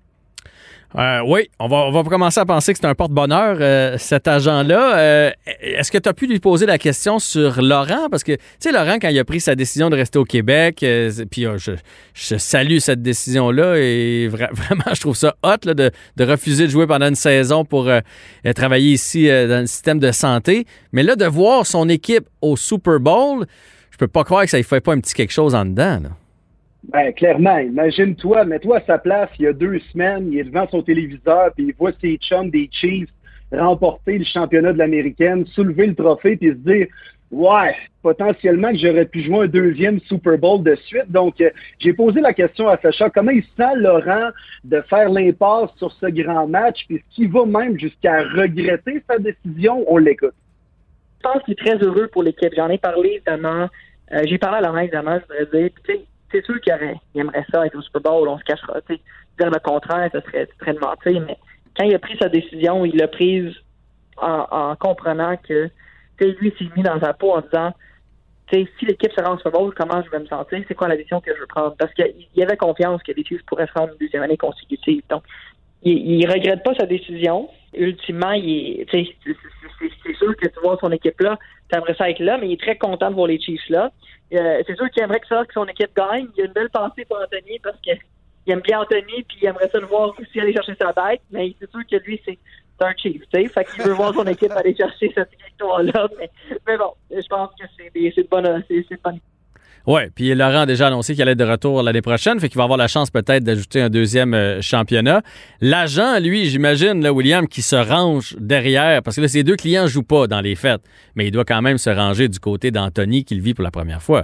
Speaker 6: Euh, oui, on va, on va commencer à penser que c'est un porte-bonheur, euh, cet agent-là. Euh, est-ce que tu as pu lui poser la question sur Laurent? Parce que, tu sais, Laurent, quand il a pris sa décision de rester au Québec, euh, puis euh, je, je salue cette décision-là et vra- vraiment, je trouve ça hot là, de, de refuser de jouer pendant une saison pour euh, travailler ici euh, dans le système de santé. Mais là, de voir son équipe au Super Bowl, je peux pas croire que ça ne fait pas un petit quelque chose en dedans, là.
Speaker 11: Ben, clairement, imagine-toi, mets-toi à sa place il y a deux semaines, il est devant son téléviseur, puis il voit ses chums des Chiefs remporter le championnat de l'américaine, soulever le trophée, puis se dire « Ouais, potentiellement que j'aurais pu jouer un deuxième Super Bowl de suite. » Donc, euh, j'ai posé la question à Sacha, comment il sent Laurent de faire l'impasse sur ce grand match, puis est-ce qu'il va même jusqu'à regretter sa décision? On l'écoute.
Speaker 12: Je pense qu'il est très heureux pour l'équipe. J'en ai parlé, évidemment. Euh, j'ai parlé à Laurent, évidemment, je voudrais dire, tu sais, c'est sûr qu'il aurait, il aimerait ça être au Super Bowl, on se cachera. Tu sais, dire le contraire, ce serait, ce serait de mentir, mais quand il a pris sa décision, il l'a prise en, en comprenant que, tu sais, lui, s'est mis dans sa peau en disant, tu sais, si l'équipe se rend au Super Bowl, comment je vais me sentir? C'est quoi la décision que je veux prendre? Parce qu'il y avait confiance que les Chiefs pourraient se rendre une deuxième année consécutive. Donc, il, il regrette pas sa décision. Ultimement, il est, tu sais, c'est, c'est, c'est sûr que tu vois son équipe-là, tu aimerais ça être là, mais il est très content de voir les Chiefs là. Euh, c'est sûr qu'il aimerait que ça, que son équipe gagne. Il y a une belle pensée pour Anthony parce qu'il aime bien Anthony puis il aimerait ça le voir aussi aller chercher sa bête, mais c'est sûr que lui, c'est, c'est un Chief, tu sais. Fait qu'il veut voir son équipe aller chercher cette victoire-là. Mais, mais bon, je pense que c'est, des, c'est de bonne, c'est, c'est de bonne.
Speaker 6: Oui, puis Laurent a déjà annoncé qu'il allait être de retour l'année prochaine, fait qu'il va avoir la chance peut-être d'ajouter un deuxième euh, championnat. L'agent, lui, j'imagine, là, William, qui se range derrière, parce que là, ces deux clients ne jouent pas dans les fêtes, mais il doit quand même se ranger du côté d'Anthony qui le vit pour la première fois.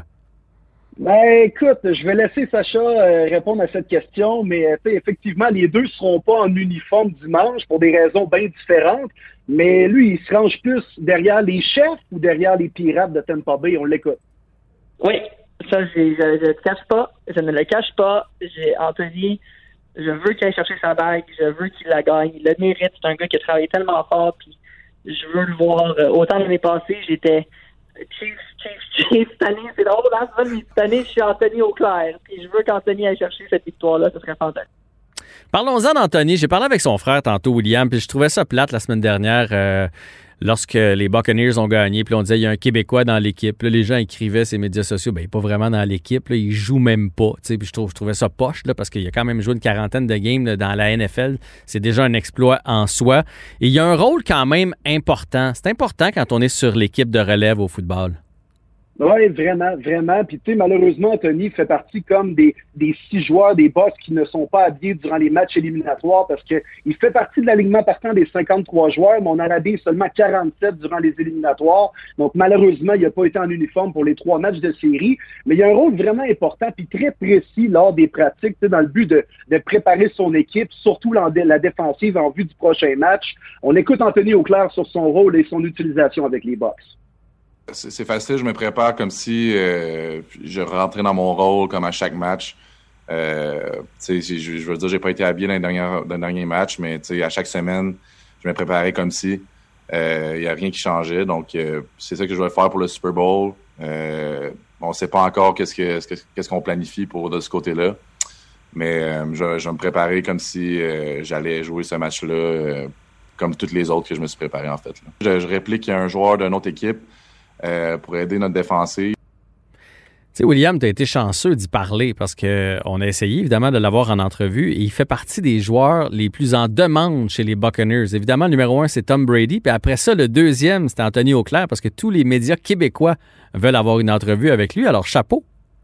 Speaker 11: Ben, écoute, je vais laisser Sacha euh, répondre à cette question, mais euh, effectivement, les deux ne seront pas en uniforme dimanche pour des raisons bien différentes, mais lui, il se range plus derrière les chefs ou derrière les pirates de Tampa Bay, on l'écoute.
Speaker 12: Oui. Ça, je ne le cache pas. Je ne le cache pas. J'ai Anthony, Je veux qu'il aille chercher sa bague. Je veux qu'il la gagne. Il le mérite. C'est un gars qui a travaillé tellement fort. Puis je veux le voir. Autant l'année passée, j'étais Chiefs, Chiefs, Chiefs. Cette année, c'est drôle, hein? Cette année, je suis Anthony Auclair. Puis je veux qu'Anthony aille chercher cette victoire-là. Ce serait fantastique.
Speaker 6: Parlons-en d'Anthony. J'ai parlé avec son frère tantôt, William, puis je trouvais ça plate la semaine dernière euh, lorsque les Buccaneers ont gagné. Puis on disait il y a un Québécois dans l'équipe. Là, les gens écrivaient sur les médias sociaux, ben il n'est pas vraiment dans l'équipe. Là, il joue même pas. Puis je, trouve, je trouvais ça poche là, parce qu'il a quand même joué une quarantaine de games là, dans la N F L. C'est déjà un exploit en soi. Et il y a un rôle quand même important. C'est important quand on est sur l'équipe de relève au football.
Speaker 11: Oui, vraiment, vraiment. Puis tu sais, malheureusement, Anthony fait partie comme des, des six joueurs des Bucs qui ne sont pas habillés durant les matchs éliminatoires parce que il fait partie de l'alignement partant des cinquante-trois joueurs, mais on en a habillé seulement quarante-sept durant les éliminatoires. Donc malheureusement, il n'a pas été en uniforme pour les trois matchs de série. Mais il y a un rôle vraiment important puis très précis lors des pratiques, dans le but de, de préparer son équipe, surtout la, la défensive en vue du prochain match. On écoute Anthony Auclair sur son rôle et son utilisation avec les Bucs.
Speaker 13: C'est, c'est facile, je me prépare comme si euh, je rentrais dans mon rôle comme à chaque match. Euh, je, je veux dire, j'ai pas été habillé dans les derniers, dans les derniers matchs, mais à chaque semaine, je me préparais comme si il euh, n'y a rien qui changeait. Donc, euh, c'est ça que je vais faire pour le Super Bowl. Euh, on ne sait pas encore qu'est-ce, que, qu'est-ce qu'on planifie pour de ce côté-là, mais euh, je, je vais me préparer comme si euh, j'allais jouer ce match-là euh, comme toutes les autres que je me suis préparé en fait. Là. Je, je réplique qu'il y a un joueur d'une autre équipe Euh, pour aider notre défensive.
Speaker 6: Tu sais, William, tu as été chanceux d'y parler parce qu'on a essayé évidemment de l'avoir en entrevue et il fait partie des joueurs les plus en demande chez les Buccaneers. Évidemment, le numéro un, c'est Tom Brady. Puis après ça, le deuxième, c'est Anthony Auclair parce que tous les médias québécois veulent avoir une entrevue avec lui. Alors, chapeau.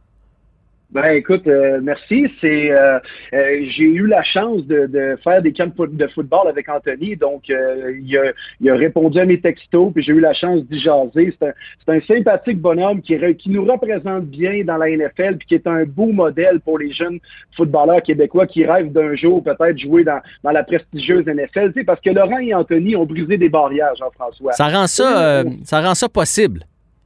Speaker 11: Ben écoute, euh, merci. C'est euh, euh, j'ai eu la chance de, de faire des camps de football avec Anthony, donc euh, il, a, il a répondu à mes textos, puis j'ai eu la chance d'y jaser. C'est un, c'est un sympathique bonhomme qui, qui nous représente bien dans la N F L, puis qui est un beau modèle pour les jeunes footballeurs québécois qui rêvent d'un jour peut-être jouer dans, dans la prestigieuse N F L. Tu sais, parce que Laurent et Anthony ont brisé des barrières, Jean-François.
Speaker 6: Ça rend ça, euh, ça rend ça possible.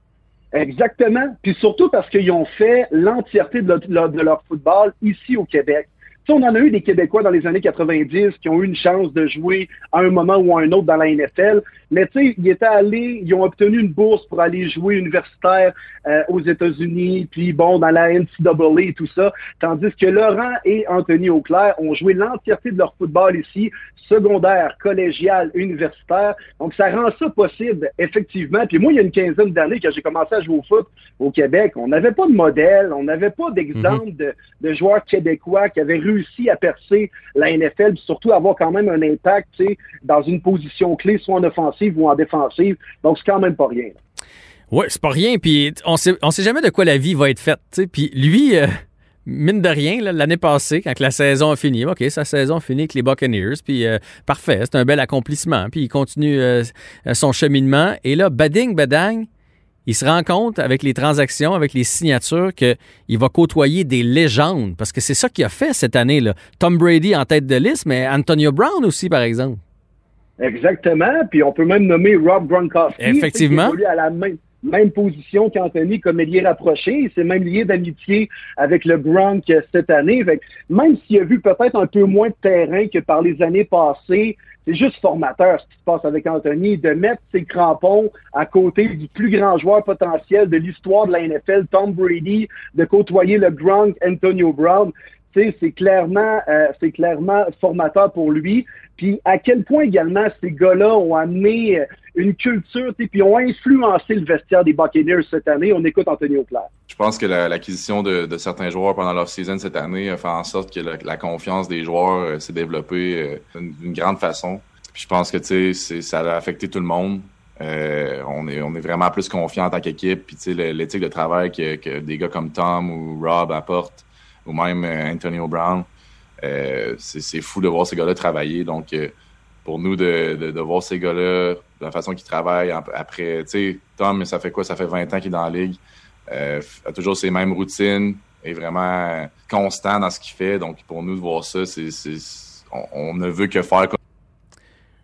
Speaker 11: Exactement. Puis surtout parce qu'ils ont fait l'entièreté de leur, de leur football ici au Québec. Tu sais, on en a eu des Québécois dans les années quatre-vingt-dix qui ont eu une chance de jouer à un moment ou à un autre dans la N F L. Mais tu sais, ils étaient allés, ils ont obtenu une bourse pour aller jouer universitaire euh, aux États-Unis, puis bon, dans la N C A A et tout ça. Tandis que Laurent et Anthony Auclair ont joué l'entièreté de leur football ici, secondaire, collégial, universitaire. Donc, ça rend ça possible, effectivement. Puis moi, il y a une quinzaine d'années, quand j'ai commencé à jouer au foot au Québec, on n'avait pas de modèle, on n'avait pas d'exemple mm-hmm. de, de joueurs québécois qui avaient réussi à percer la N F L, puis surtout avoir quand même un impact, tu sais, dans une position clé, soit en offensive ou en défensive. Donc, c'est quand même pas rien.
Speaker 6: Oui, c'est pas rien. Puis on sait, on sait jamais de quoi la vie va être faite. T'sais. Puis lui, euh, mine de rien, là, l'année passée, quand la saison a fini, OK, sa saison a fini avec les Buccaneers, puis euh, parfait, c'est un bel accomplissement. Puis il continue euh, son cheminement. Et là, bading, badang, il se rend compte avec les transactions, avec les signatures, qu'il va côtoyer des légendes. Parce que c'est ça qu'il a fait cette année, là. Tom Brady en tête de liste, mais Antonio Brown aussi, par exemple.
Speaker 11: Exactement. Puis on peut même nommer Rob Gronkowski.
Speaker 6: Effectivement.
Speaker 11: Qui évolue à la même, même position qu'Anthony comme ailier rapproché. Il s'est même lié d'amitié avec le Gronk cette année. Fait que même s'il a vu peut-être un peu moins de terrain que par les années passées, c'est juste formateur ce qui se passe avec Anthony, de mettre ses crampons à côté du plus grand joueur potentiel de l'histoire de la N F L, Tom Brady, de côtoyer le Gronk, Antonio Brown. Tu sais, c'est clairement, euh, c'est clairement formateur pour lui. Puis à quel point également ces gars-là ont amené une culture, puis ont influencé le vestiaire des Buccaneers cette année. On écoute Anthony Auclair.
Speaker 13: Je pense que la, l'acquisition de, de certains joueurs pendant l'off-season cette année a fait en sorte que la, la confiance des joueurs euh, s'est développée euh, d'une grande façon. Puis je pense que tu sais, ça a affecté tout le monde. Euh, on est on est vraiment plus confiant en tant qu'équipe. Puis tu sais, l'éthique de travail que, que des gars comme Tom ou Rob apportent, ou même euh, Antonio Brown. Euh, c'est, c'est fou de voir ces gars-là travailler. Donc, euh, pour nous, de, de, de voir ces gars-là, de la façon qu'ils travaillent après, tu sais, Tom, ça fait quoi? Ça fait vingt ans qu'il est dans la ligue. Euh, a toujours ses mêmes routines, est vraiment constant dans ce qu'il fait. Donc, pour nous, de voir ça, c'est, c'est, on, on ne veut que faire comme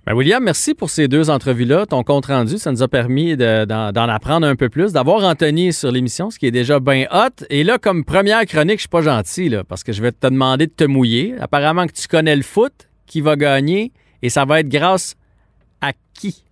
Speaker 6: Ben William, merci pour ces deux entrevues-là. Ton compte-rendu, ça nous a permis de, d'en, d'en apprendre un peu plus, d'avoir Anthony sur l'émission, ce qui est déjà bien hot. Et là, comme première chronique, je suis pas gentil, là, parce que je vais te demander de te mouiller. Apparemment que tu connais le foot, qui va gagner, et ça va être grâce à qui?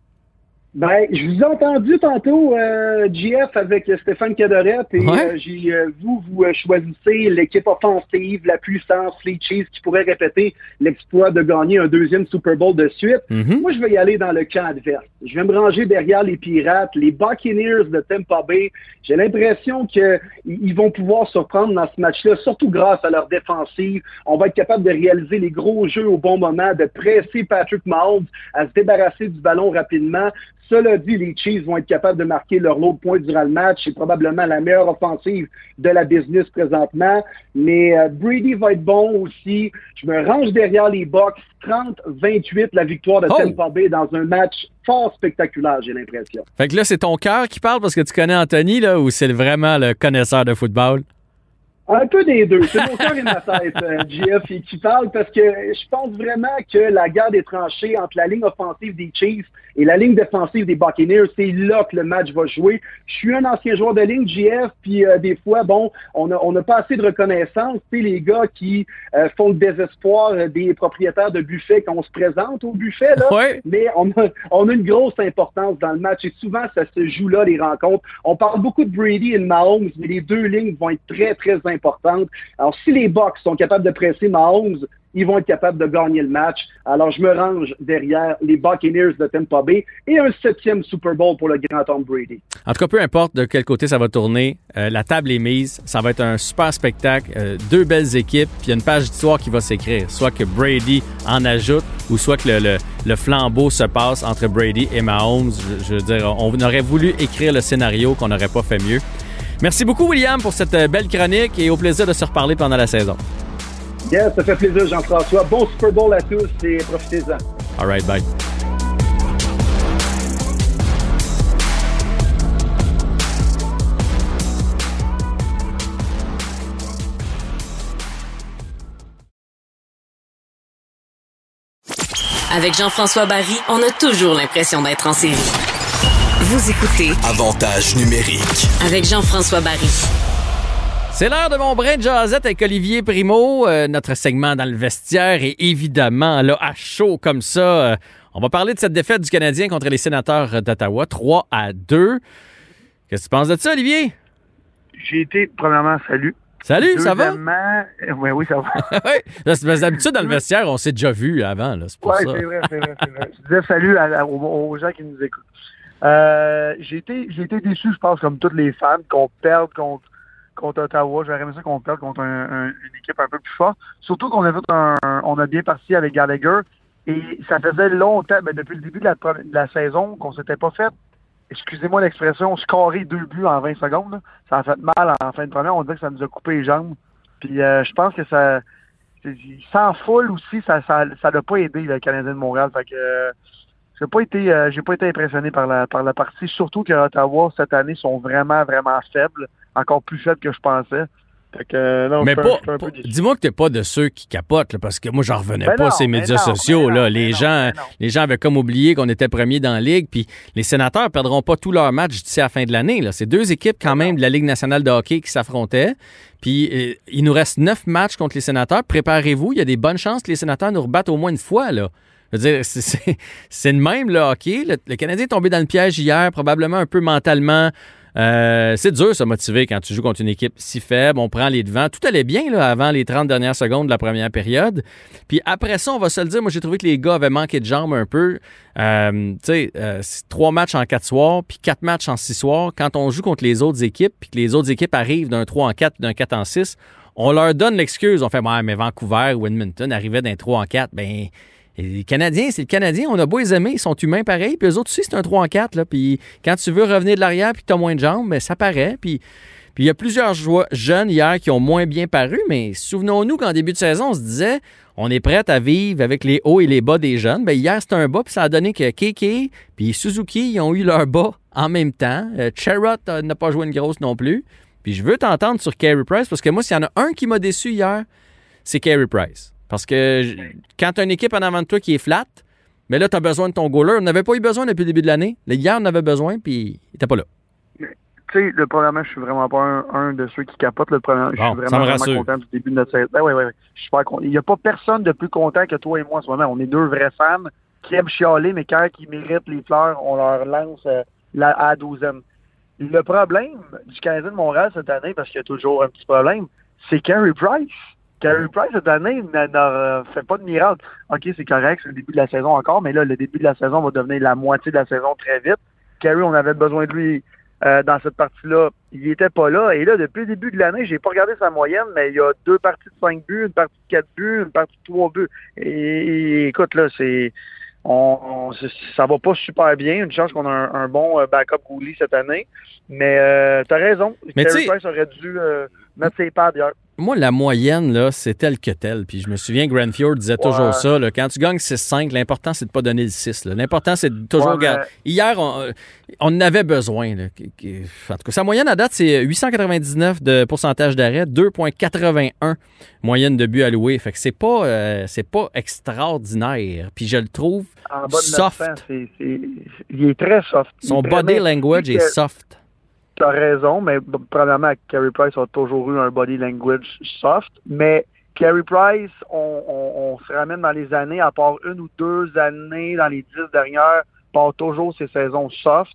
Speaker 11: Ben, je vous ai entendu tantôt, euh, G F, avec Stéphane Cadorette, et
Speaker 6: ouais.
Speaker 11: euh, j'ai, euh, vous, vous euh, choisissez l'équipe offensive, la puissance, les Chiefs, qui pourraient répéter l'exploit de gagner un deuxième Super Bowl de suite. Mm-hmm. Moi, je vais y aller dans le camp adverse. Je vais me ranger derrière les Pirates, les Buccaneers de Tampa Bay. J'ai l'impression qu'ils vont pouvoir surprendre dans ce match-là, surtout grâce à leur défensive. On va être capable de réaliser les gros jeux au bon moment, de presser Patrick Mahomes à se débarrasser du ballon rapidement. Cela dit, les Chiefs vont être capables de marquer leur lot de points durant le match. C'est probablement la meilleure offensive de la business présentement. Mais euh, Brady va être bon aussi. Je me range derrière les Bucs. trente vingt-huit, la victoire de oh. Tampa Bay dans un match fort spectaculaire, j'ai l'impression.
Speaker 6: Fait que là, c'est ton cœur qui parle parce que tu connais Anthony, là, ou c'est vraiment le connaisseur de football?
Speaker 11: Un peu des deux. C'est mon cœur et ma tête, euh, G F, qui parle parce que je pense vraiment que la guerre des tranchées entre la ligne offensive des Chiefs et la ligne défensive des Buccaneers, c'est là que le match va jouer. Je suis un ancien joueur de ligne, G F, puis euh, des fois, bon, on a, on a pas assez de reconnaissance. Tu sais, les gars qui euh, font le désespoir euh, des propriétaires de buffets quand on se présente au buffet, là.
Speaker 6: Ouais.
Speaker 11: Mais on a, on a une grosse importance dans le match et souvent, ça se joue là, les rencontres. On parle beaucoup de Brady et de Mahomes, mais les deux lignes vont être très, très importantes. Alors, si les Bucs sont capables de presser Mahomes, ils vont être capables de gagner le match. Alors, je me range derrière les Buccaneers de Tampa Bay et un septième Super Bowl pour le grand Tom Brady.
Speaker 6: En tout cas, peu importe de quel côté ça va tourner, euh, la table est mise. Ça va être un super spectacle. Euh, deux belles équipes, puis il y a une page d'histoire qui va s'écrire. Soit que Brady en ajoute, ou soit que le, le, le flambeau se passe entre Brady et Mahomes. Je, je veux dire, on aurait voulu écrire le scénario qu'on n'aurait pas fait mieux. Merci beaucoup, William, pour cette belle chronique et au plaisir de se reparler pendant la saison.
Speaker 11: Yes, ça fait plaisir, Jean-François. Bon Super Bowl à tous et profitez-en.
Speaker 6: All right, bye.
Speaker 5: Avec Jean-François Barry, on a toujours l'impression d'être en série. Vous écoutez
Speaker 4: Avantage numérique
Speaker 5: avec Jean-François Barry.
Speaker 6: C'est l'heure de mon brin de jasette avec Olivier Primo, euh, notre segment dans le vestiaire et évidemment, là, à chaud comme ça, euh, on va parler de cette défaite du Canadien contre les Sénateurs d'Ottawa, trois à deux. Qu'est-ce que tu penses de ça, Olivier?
Speaker 14: J'ai été, premièrement, salut.
Speaker 6: Salut, ça va?
Speaker 14: Oui, oui, ça va.
Speaker 6: oui, d'habitude, dans le vestiaire, on s'est déjà vu avant, là, c'est pour
Speaker 14: ouais,
Speaker 6: ça.
Speaker 14: Oui, c'est vrai, c'est vrai, c'est vrai. Je disais salut à, à, aux, aux gens qui nous écoutent. Euh, j'ai été, j'ai été déçu, je pense, comme tous les fans, qu'on perde contre, contre Ottawa. J'aurais aimé ça qu'on perde contre un, un, une équipe un peu plus forte. Surtout qu'on a fait un, un, on a bien parti avec Gallagher. Et ça faisait longtemps, mais depuis le début de la, de la saison, qu'on s'était pas fait, excusez-moi l'expression, scorer deux buts en vingt secondes. Là. Ça a fait mal en fin de première. On dirait que ça nous a coupé les jambes. Puis euh, je pense que ça, sans foule aussi, ça, ça, ça n'a pas aidé le Canadien de Montréal. Fait que euh, J'ai pas été, euh, j'ai pas été impressionné par la par la partie, surtout que Ottawa cette année sont vraiment vraiment faibles, encore plus faibles que je pensais. Fait que, non,
Speaker 6: mais
Speaker 14: je
Speaker 6: pas,
Speaker 14: suis un,
Speaker 6: pas dis-moi que t'es pas de ceux qui capotent, là, parce que moi j'en revenais
Speaker 14: ben
Speaker 6: pas
Speaker 14: non,
Speaker 6: ces médias
Speaker 14: non,
Speaker 6: sociaux.
Speaker 14: non,
Speaker 6: là. Les
Speaker 14: non,
Speaker 6: gens, les gens avaient comme oublié qu'on était premiers dans la Ligue, puis les Sénateurs perdront pas tous leurs matchs d'ici à la fin de l'année. Là. C'est deux équipes quand même de la Ligue nationale de hockey qui s'affrontaient. Puis euh, il nous reste neuf matchs contre les Sénateurs. Préparez-vous, il y a des bonnes chances que les Sénateurs nous rebattent au moins une fois, là. Je veux dire, c'est, c'est, c'est le même, le hockey. Le, le Canadien est tombé dans le piège hier, probablement un peu mentalement. Euh, c'est dur, se motiver quand tu joues contre une équipe si faible. On prend les devants. Tout allait bien là, avant les trente dernières secondes de la première période. Puis après ça, on va se le dire, moi, j'ai trouvé que les gars avaient manqué de jambes un peu. Euh, tu sais, euh, trois matchs en quatre soirs, puis quatre matchs en six soirs. Quand on joue contre les autres équipes, puis que les autres équipes arrivent d'un trois en quatre puis d'un quatre en six, on leur donne l'excuse. On fait, ouais, mais Vancouver ou Edmonton arrivaient d'un trois en quatre. Ben... Les Canadiens, c'est le Canadien, on a beau les aimer, ils sont humains pareil, puis eux autres aussi, c'est un trois en quatre, là, puis quand tu veux revenir de l'arrière puis que tu as moins de jambes, bien, ça paraît, puis il y a plusieurs joueurs, jeunes hier qui ont moins bien paru, mais souvenons-nous qu'en début de saison, on se disait, on est prêt à vivre avec les hauts et les bas des jeunes. Bien, hier, c'était un bas, puis ça a donné que Keke puis Suzuki, ils ont eu leur bas en même temps. Euh, Sherrod euh, n'a pas joué une grosse non plus, puis je veux t'entendre sur Carey Price, parce que moi, s'il y en a un qui m'a déçu hier, c'est Carey Price. Parce que quand tu as une équipe en avant de toi qui est flat, Mais là, tu as besoin de ton goaler. On n'avait pas eu besoin depuis le début de l'année. Hier, on avait besoin, puis il n'était pas là.
Speaker 14: Tu sais, le premièrement, je suis vraiment pas un, un de ceux qui capotent. Le premier,
Speaker 6: bon,
Speaker 14: je suis vraiment, vraiment content du début de notre saison. Ben, oui, oui, oui. Je suis super content. Il n'y a pas personne de plus content que toi et moi en ce moment. On est deux vrais fans qui aiment chialer, mais quand ils méritent les fleurs, on leur lance euh, la, à la douzaine. Le problème du Canadien de Montréal cette année, parce qu'il y a toujours un petit problème, c'est Carey Price. Carey Price, cette année, n'a, n'a fait pas de miracle. OK, c'est correct, c'est le début de la saison encore, mais là, le début de la saison va devenir la moitié de la saison très vite. Carey, on avait besoin de lui euh, dans cette partie-là. Il était pas là. Et là, depuis le début de l'année, j'ai pas regardé sa moyenne, mais il y a deux parties de cinq buts, une partie de quatre buts, une partie de trois buts. Et, et écoute, là, c'est... On, on, ça va pas super bien. Une chance qu'on a un, un bon backup goalie cette année. Mais euh, t'as raison. Carey Price aurait dû euh, mettre ses pads hier.
Speaker 6: Moi, la moyenne, là, c'est tel que tel. Puis je me souviens, Grant Fjord disait ouais. toujours ça. Là, quand tu gagnes six cinq, l'important, c'est de ne pas donner le six. Là. L'important, c'est de toujours ouais, garder. Mais... Hier, on, on en avait besoin. Là. En tout cas, sa moyenne à date, c'est huit cent quatre-vingt-dix-neuf de pourcentage d'arrêt, deux virgule quatre-vingt-un moyenne de buts alloués. Fait que c'est pas, euh, c'est pas extraordinaire. Puis je le trouve
Speaker 14: en
Speaker 6: soft.
Speaker 14: neuf cents, c'est, c'est... Il est très soft.
Speaker 6: Son body language est soft.
Speaker 14: Tu as raison, mais premièrement, Carey Price a toujours eu un body language soft, mais Carey Price, on, on, on se ramène dans les années, à part une ou deux années dans les dix dernières, part toujours ses saisons soft.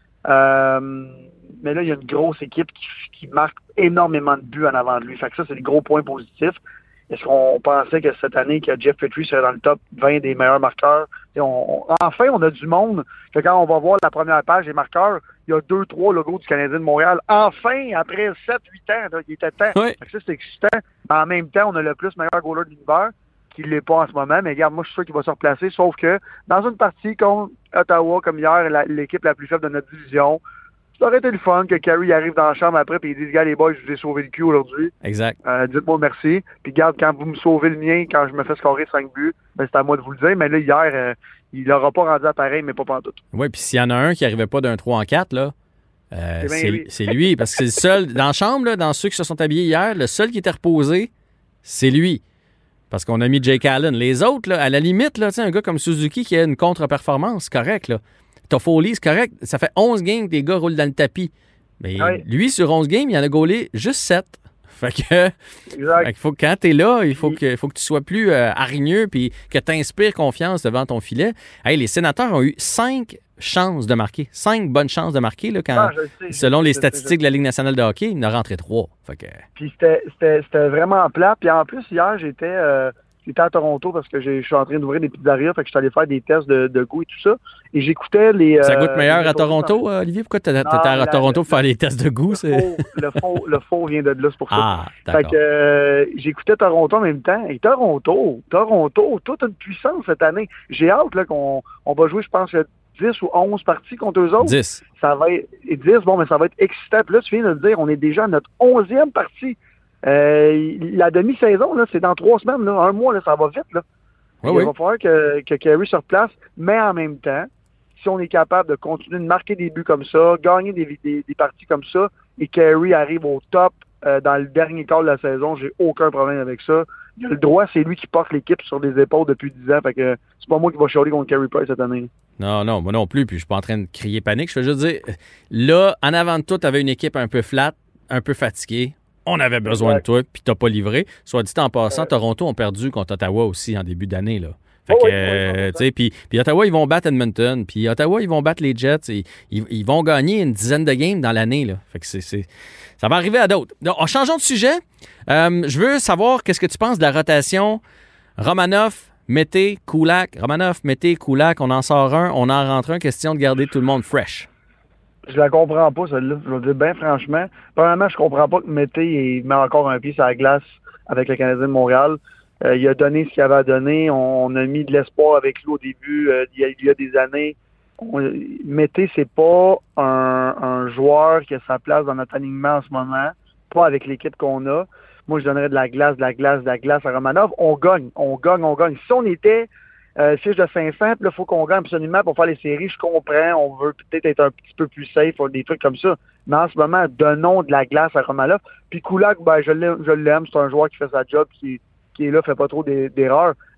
Speaker 14: Euh, mais là, il y a une grosse équipe qui, qui marque énormément de buts en avant de lui. Fait que ça, c'est le gros point positif. Est-ce qu'on pensait que cette année, que Jeff Petrie serait dans le top vingt des meilleurs marqueurs? Et on, on, enfin, on a du monde que quand on va voir la première page des marqueurs, il y a deux, trois logos du Canadien de Montréal. Enfin, après sept, huit ans, là, il était temps.
Speaker 6: Oui.
Speaker 14: Fait que ça, c'est excitant. Mais en même temps, on a le plus meilleur goaler de l'univers, qui ne l'est pas en ce moment. Mais regarde, moi, je suis sûr qu'il va se replacer. Sauf que dans une partie contre Ottawa, comme hier, la, l'équipe la plus faible de notre division, ça aurait été le fun que Carey arrive dans la chambre après et il dise « Gars, les boys, je vous ai sauvé le cul aujourd'hui.
Speaker 6: Exact.
Speaker 14: Euh, dites-moi merci. Puis garde, quand vous me sauvez le mien, quand je me fais scorer cinq buts, ben, c'est à moi de vous le dire. Mais là, hier, euh, il n'aura pas rendu à pareil, mais pas pantoute.
Speaker 6: Oui, puis s'il y en a un qui n'arrivait pas d'un trois en quatre, là, euh, c'est, c'est, lui. c'est lui. Parce que c'est le seul, dans la chambre, là, dans ceux qui se sont habillés hier, le seul qui était reposé, c'est lui. Parce qu'on a mis Jake Allen. Les autres, là, à la limite, là, un gars comme Suzuki qui a une contre-performance, c'est correct, là. Toffoli, c'est correct. Ça fait onze games que les gars roulent dans le tapis. Mais oui. Lui, sur onze games, il en a gaulé juste sept. Fait que, fait que faut, quand t'es là, il faut que, faut que tu sois plus euh, hargneux puis que tu inspires confiance devant ton filet. Hey, les Sénateurs ont eu cinq chances de marquer. Cinq bonnes chances de marquer. Là, quand, ah, sais, selon les statistiques sais, de la Ligue nationale de hockey, il en a rentré trois. Fait que...
Speaker 14: Puis c'était, c'était, c'était vraiment plat. Puis en plus, hier, j'étais... Euh... J'étais à Toronto parce que j'ai, je suis en train d'ouvrir des pizzerias, fait que je suis allé faire des tests de, de goût et tout ça. Et j'écoutais les...
Speaker 6: Ça goûte meilleur euh, à Toronto, euh, Olivier? Pourquoi t'étais à la, Toronto pour faire les tests de goût?
Speaker 14: Le,
Speaker 6: c'est...
Speaker 14: Faux, le, faux, le faux vient de là, c'est pour ça.
Speaker 6: Ah, d'accord.
Speaker 14: Fait que euh, j'écoutais Toronto en même temps. Et Toronto, Toronto, toute une puissance cette année. J'ai hâte là, qu'on on va jouer, je pense, dix ou onze parties contre eux autres.
Speaker 6: dix.
Speaker 14: Ça va être... dix, bon, mais ça va être excitant. Puis là, tu viens de le dire, on est déjà à notre onzième partie. Euh, la demi-saison, là, c'est dans trois semaines, là, un mois, là, ça va vite. Là.
Speaker 6: Oui,
Speaker 14: il
Speaker 6: oui.
Speaker 14: va falloir que, que Carey se replace, mais en même temps, si on est capable de continuer de marquer des buts comme ça, gagner des, des, des parties comme ça, et Carey arrive au top euh, dans le dernier quart de la saison, j'ai aucun problème avec ça. Il a le droit, c'est lui qui porte l'équipe sur les épaules depuis dix ans, fait que c'est pas moi qui va chialer contre Carey Price cette année.
Speaker 6: Non, non, moi non plus, puis je suis pas en train de crier panique. Je veux juste dire, là, en avant de tout, tu avais une équipe un peu flat, un peu fatiguée. On avait besoin ouais. de toi, puis t'as pas livré. Soit dit en passant, ouais. Toronto ont perdu contre Ottawa aussi en début d'année. Là. Fait oh que, oui, euh, tu sais, puis, puis Ottawa, ils vont battre Edmonton, puis Ottawa, ils vont battre les Jets. Et, ils, ils vont gagner une dizaine de games dans l'année. Là. Fait que c'est, c'est, ça va arriver à d'autres. Donc, en changeant de sujet, euh, je veux savoir qu'est-ce que tu penses de la rotation Romanov, Mété, Kulak. Romanov, Mété, Kulak, on en sort un, on en rentre un. Question de garder tout le monde fresh.
Speaker 14: Je la comprends pas, celle-là. Je vais dire bien franchement. Premièrement, je comprends pas que Mété met encore un pied sur la glace avec le Canadien de Montréal. Euh, il a donné ce qu'il avait à donner. On, on a mis de l'espoir avec lui au début, euh, il, y a, il y a des années. On, Mété, c'est pas un, un joueur qui a sa place dans notre alignement en ce moment. Pas avec l'équipe qu'on a. Moi, je donnerais de la glace, de la glace, de la glace à Romanov. On gagne, on gagne, on gagne. Si on était... Euh, fiche de cinq cents, puis là, il faut qu'on gagne absolument pour faire les séries. Je comprends, on veut peut-être être un petit peu plus safe, des trucs comme ça. Mais en ce moment, donnons de la glace à Romanov. Puis Kulak, ben, je l'aime, je l'aime, c'est un joueur qui fait sa job, qui, qui est là, fait pas trop d'erreurs.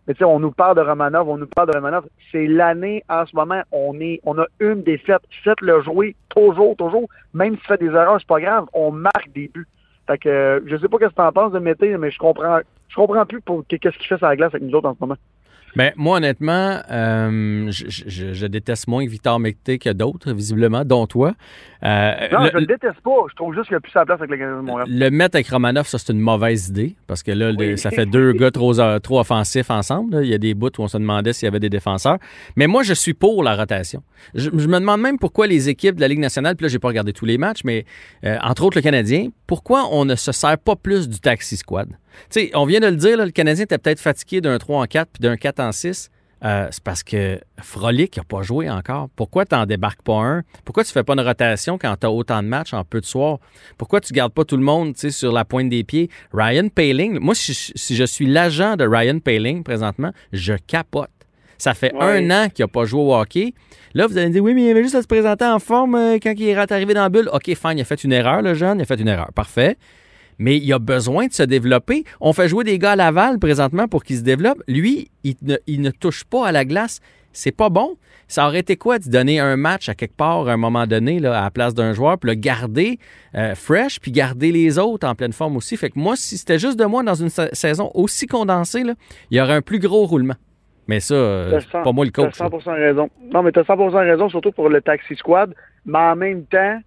Speaker 14: Mais tu sais, on nous parle de Romanov, on nous parle de Romanov. C'est l'année, en ce moment, on est, on a une défaite. Faites-le jouer toujours, toujours. Même si tu fais des erreurs, c'est pas grave. On marque des buts. Fait que, euh, je sais pas ce que tu en penses de Mété, mais je comprends, je comprends plus pour qu'est-ce qu'il fait sur la glace avec nous autres en ce moment.
Speaker 6: Ben, moi, honnêtement, euh, je, je, je déteste moins Victor Mété que d'autres, visiblement, dont toi. Euh,
Speaker 14: non,
Speaker 6: le,
Speaker 14: je le déteste pas. Je trouve juste qu'il n'a plus sa place avec le Canadien de Montréal.
Speaker 6: Le mettre avec Romanov, ça, c'est une mauvaise idée, parce que là, oui. ça fait deux gars trop, trop offensifs ensemble. Là. Il y a des bouts où on se demandait s'il y avait des défenseurs. Mais moi, je suis pour la rotation. Je, je me demande même pourquoi les équipes de la Ligue nationale, puis là, j'ai pas regardé tous les matchs, mais euh, entre autres le Canadien, pourquoi on ne se sert pas plus du taxi squad? Tu sais, on vient de le dire, là, le Canadien était peut-être fatigué d'un trois en quatre puis d'un quatre en six. Euh, c'est parce que Frolic n'a pas joué encore. Pourquoi tu n'en débarques pas un? Pourquoi tu ne fais pas une rotation quand tu as autant de matchs en peu de soirs? Pourquoi tu ne gardes pas tout le monde sur la pointe des pieds? Ryan Poehling, moi, si, si je suis l'agent de Ryan Poehling présentement, je capote. Ça fait ouais. un an qu'il n'a pas joué au hockey. Là, vous allez me dire, oui, mais il avait juste à se présenter en forme euh, quand il est arrivé dans la bulle. OK, fine, il a fait une erreur, le jeune, il a fait une erreur. Parfait. Mais il a besoin de se développer. On fait jouer des gars à Laval présentement pour qu'ils se développent. Lui, il ne, il ne touche pas à la glace. C'est pas bon. Ça aurait été quoi de donner un match à quelque part à un moment donné là, à la place d'un joueur, puis le garder euh, fresh, puis garder les autres en pleine forme aussi. Fait que moi, si c'était juste de moi dans une sa- saison aussi condensée, là, il y aurait un plus gros roulement. Mais ça, euh, c'est pas moi le coach.
Speaker 14: Tu as cent pour cent raison. Non, mais tu as cent pour cent raison, surtout pour le taxi squad. Mais en même temps,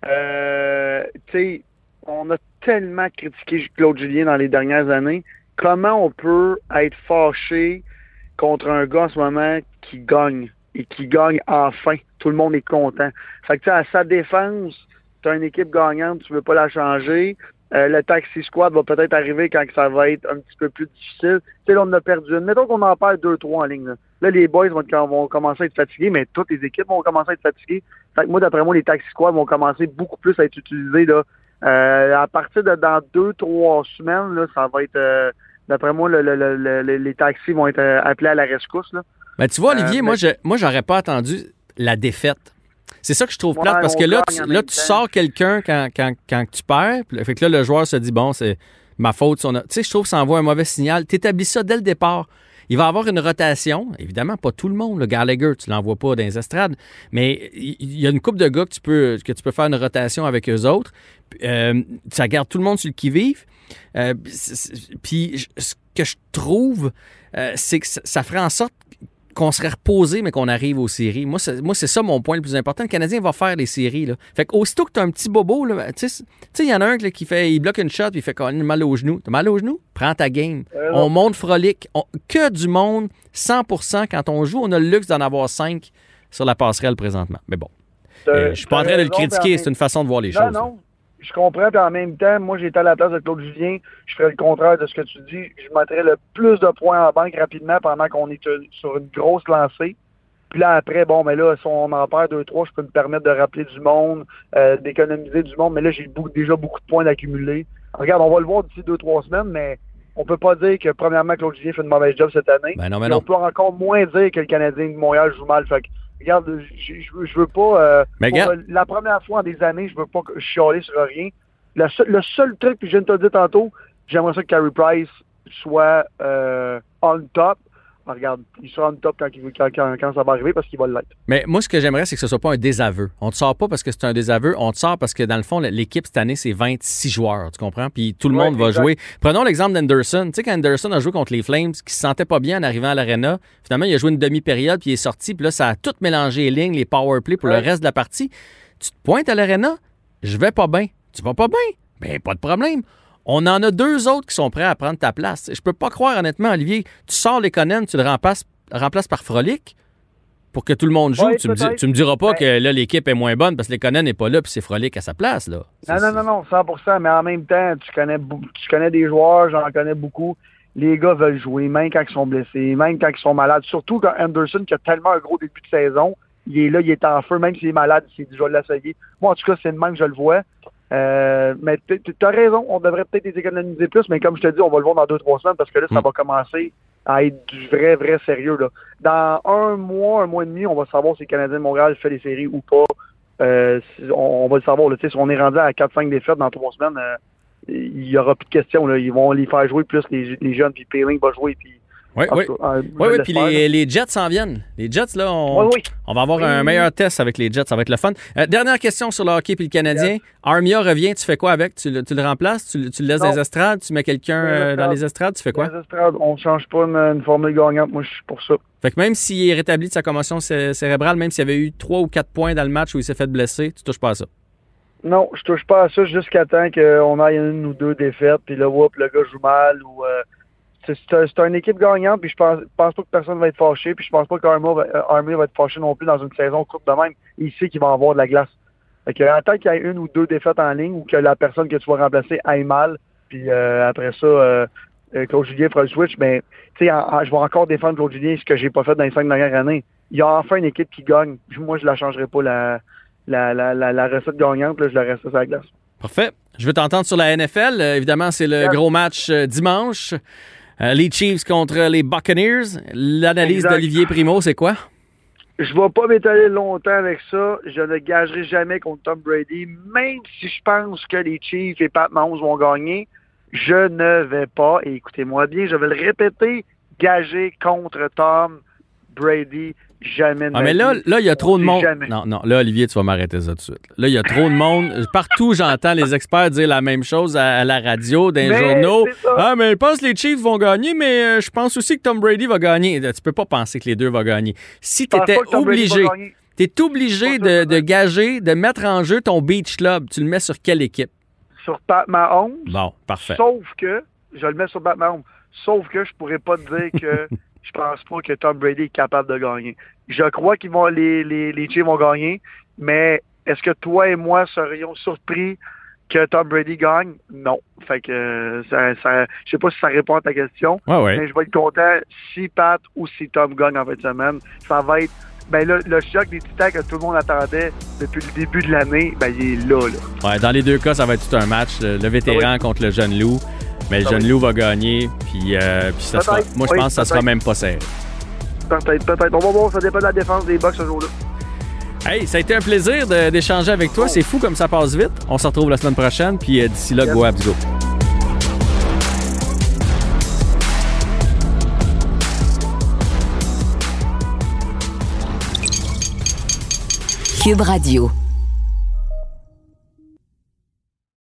Speaker 14: euh, tu sais, on a tellement critiqué Claude Julien dans les dernières années. Comment on peut être fâché contre un gars en ce moment qui gagne et qui gagne enfin? Tout le monde est content. Fait que tu sais, à sa défense, tu as une équipe gagnante, tu veux pas la changer. Euh, le taxi squad va peut-être arriver quand ça va être un petit peu plus difficile. Tu sais, là, on en a perdu une. Mettons qu'on en perd deux, trois en ligne. Là, là les boys vont, vont commencer à être fatigués, mais toutes les équipes vont commencer à être fatiguées. Fait que moi, d'après moi, les taxi squads vont commencer beaucoup plus à être utilisés là. Euh, à partir de dans deux, trois semaines, là, ça va être euh, d'après moi, le, le, le, le, les taxis vont être euh, appelés à la rescousse. Là.
Speaker 6: Ben, tu vois, Olivier,
Speaker 14: euh,
Speaker 6: moi,
Speaker 14: mais...
Speaker 6: je, moi, j'aurais pas attendu la défaite. C'est ça que je trouve ouais, plate, parce que là, tu, là, tu sors quelqu'un quand, quand, quand tu perds. Fait que là, le joueur se dit, bon, c'est ma faute. Tu sais, je trouve que ça envoie un mauvais signal. Tu établis ça dès le départ. Il va y avoir une rotation. Évidemment, pas tout le monde. Le Gallagher, tu ne l'envoies pas dans les estrades. Mais il y a une couple de gars que tu peux, que tu peux faire une rotation avec eux autres. Euh, ça garde tout le monde sur le qui-vive. Euh, Puis, ce que je trouve, euh, c'est que ça ferait en sorte qu'on serait reposé, mais qu'on arrive aux séries. Moi, c'est, moi, c'est ça mon point le plus important. Le Canadien va faire les séries. Là. Fait qu'aussitôt que tu as un petit bobo, tu sais, il y en a un là, qui fait, il bloque une shot puis il fait quand même mal au genou. T'as mal au genou? Prends ta game. Euh, on monte Frolic. On, que du monde, cent pour cent. Quand on joue, on a le luxe d'en avoir cinq sur la passerelle présentement. Mais bon, euh, je suis pas en train de le critiquer. C'est une façon de voir les
Speaker 14: non,
Speaker 6: choses.
Speaker 14: Non, non. Je comprends, puis en même temps, moi, j'étais à la place de Claude Julien. Je ferais le contraire de ce que tu dis. Je mettrais le plus de points en banque rapidement pendant qu'on est sur une grosse lancée. Puis là, après, bon, mais là, si on en perd deux, trois, je peux me permettre de rappeler du monde, euh, d'économiser du monde. Mais là, j'ai beaucoup, déjà beaucoup de points d'accumuler. Regarde, on va le voir d'ici deux, trois semaines, mais on peut pas dire que, premièrement, Claude Julien fait une mauvaise job cette année.
Speaker 6: Ben non, mais non.
Speaker 14: On peut encore moins dire que le Canadien de Montréal joue mal. Fait que, regarde, je, je, je veux pas... Euh,
Speaker 6: mais
Speaker 14: pour,
Speaker 6: regarde...
Speaker 14: euh, la première fois en des années, je veux pas chialer sur rien. Le seul, le seul truc, puis je viens de te le dire tantôt, j'aimerais ça que Carey Price soit euh, on top. Ah, regarde, il sera on top quand, quand, quand, quand ça va arriver parce qu'il va l'être.
Speaker 6: Mais moi, ce que j'aimerais, c'est que ce soit pas un désaveu. On te sort pas parce que c'est un désaveu, on te sort parce que, dans le fond, l'équipe cette année, c'est vingt-six joueurs, tu comprends? Puis tout le ouais, monde va exact. jouer. Prenons l'exemple d'Anderson. Tu sais, quand Anderson a joué contre les Flames, qui se sentait pas bien en arrivant à l'Arena, finalement, il a joué une demi-période, puis il est sorti, puis là, ça a tout mélangé les lignes, les power play pour ouais. le reste de la partie. Tu te pointes à l'Arena, je vais pas bien. Tu vas pas bien? Ben, pas de problème. On en a deux autres qui sont prêts à prendre ta place. Je peux pas croire, honnêtement, Olivier, tu sors les Conan, tu le remplaces, remplaces par Frolic pour que tout le monde joue. Ouais, tu, me dis, tu me diras pas ben, que là, l'équipe est moins bonne parce que les Conan n'est pas là puis c'est Frolic à sa place. Là.
Speaker 14: Non, non, non, non, cent pour cent. Mais en même temps, tu connais, tu connais des joueurs, j'en connais beaucoup. Les gars veulent jouer, même quand ils sont blessés, même quand ils sont malades. Surtout quand Anderson, qui a tellement un gros début de saison, il est là, il est en feu, même s'il est malade, il s'est dit, je vais l'essayer. Moi, en tout cas, c'est le même que je le vois. Euh, mais tu as raison, on devrait peut-être les économiser plus, mais comme je te dis, on va le voir dans deux, trois semaines parce que là, ça mm. va commencer à être du vrai, vrai sérieux. Là. Dans un mois, un mois et demi, on va savoir si le Canadien de Montréal fait les séries ou pas. Euh, on, on va le savoir. Là. Si on est rendu à quatre cinq défaites dans trois semaines, euh, il n'y aura plus de questions. Là. Ils vont les faire jouer plus les, les jeunes, puis Poehling va jouer, puis
Speaker 6: Oui, oui.
Speaker 14: Euh,
Speaker 6: oui, oui, puis les, les Jets s'en viennent. Les Jets, là, on,
Speaker 14: oui, oui.
Speaker 6: on va avoir
Speaker 14: oui.
Speaker 6: un meilleur test avec les Jets. Ça va être le fun. Euh, dernière question sur le hockey puis le Canadien. Yes. Armia revient, tu fais quoi avec? Tu le, tu le remplaces? Tu, tu le laisses non. dans les estrades? Tu mets quelqu'un euh, dans les estrades? Tu fais quoi?
Speaker 14: Dans les estrades, on ne change pas une, une formule gagnante. Moi, je suis pour ça.
Speaker 6: Fait que même s'il est rétabli de sa commotion cé- cérébrale, même s'il y avait eu trois ou quatre points dans le match où il s'est fait blesser, tu touches pas à ça?
Speaker 14: Non, je touche pas à ça jusqu'à temps qu'on aille une ou deux défaites, puis là, whoop, le gars joue mal, ou... Euh, c'est, c'est, c'est une équipe gagnante, puis je pense, pense pas que personne va être fâché, puis je pense pas qu'Armia va, euh, va être fâché non plus dans une saison courte de même. Il sait qu'il va avoir de la glace. Fait que, en tant qu'il y ait une ou deux défaites en ligne, ou que la personne que tu vas remplacer aille mal, puis euh, après ça, euh, Claude Julien fera le switch, ben, tu sais, je vais encore défendre Claude Julien, ce que j'ai pas fait dans les cinq dernières années. Il y a enfin une équipe qui gagne. Moi, je la changerai pas, la, la, la, la, la recette gagnante, là, je la reste sur la glace.
Speaker 6: Parfait. Je veux t'entendre sur la N F L. Euh, évidemment, c'est le yeah. gros match euh, dimanche. Euh, les Chiefs contre les Buccaneers. L'analyse exact. d'Olivier Primo, c'est quoi?
Speaker 14: Je ne vais pas m'étaler longtemps avec ça. Je ne gagerai jamais contre Tom Brady, même si je pense que les Chiefs et Pat Mahomes vont gagner. Je ne vais pas, et écoutez-moi bien, je vais le répéter, gager contre Tom Brady. Jamais de
Speaker 6: ah, mais là, là, il y a trop de monde.
Speaker 14: Jamais.
Speaker 6: Non, non, là, Olivier, tu vas m'arrêter ça tout de suite. Là, il y a trop de monde. Partout, j'entends les experts dire la même chose à, à la radio, dans les
Speaker 14: mais
Speaker 6: journaux. Ah, mais je pense que les Chiefs vont gagner, mais euh, je pense aussi que Tom Brady va gagner. Tu peux pas penser que les deux vont gagner. Si tu étais obligé, tu es obligé de, de gager, de mettre en jeu ton Beach Club, tu le mets sur quelle équipe?
Speaker 14: Sur Pat Mahomes.
Speaker 6: Bon, parfait.
Speaker 14: Sauf que, je le mets sur Pat Mahomes, sauf que je pourrais pas te dire que je pense pas que Tom Brady est capable de gagner. Je crois qu'ils vont les, les, les Chiefs vont gagner, mais est-ce que toi et moi serions surpris que Tom Brady gagne? Non. Fait que ça, ça je sais pas si ça répond à ta question,
Speaker 6: ouais, ouais.
Speaker 14: mais je vais être content si Pat ou si Tom gagne en fin de semaine. Ça va être ben là, le choc des Titans que tout le monde attendait depuis le début de l'année, ben il est là, là.
Speaker 6: Ouais, dans les deux cas, ça va être tout un match. Le, le vétéran oui. contre le jeune loup. Mais le jeune loup va gagner, puis, euh, puis ça sera, moi je oui, pense que ça sera même pas serré.
Speaker 14: Peut-être, peut-être. On va voir, ça dépend de la défense des Bucs ce jour-là.
Speaker 6: Hey, ça a été un plaisir de, d'échanger avec toi. Oh. C'est fou comme ça passe vite. On se retrouve la semaine prochaine, puis euh, d'ici là, yes. go Abs go.
Speaker 1: Cube Radio.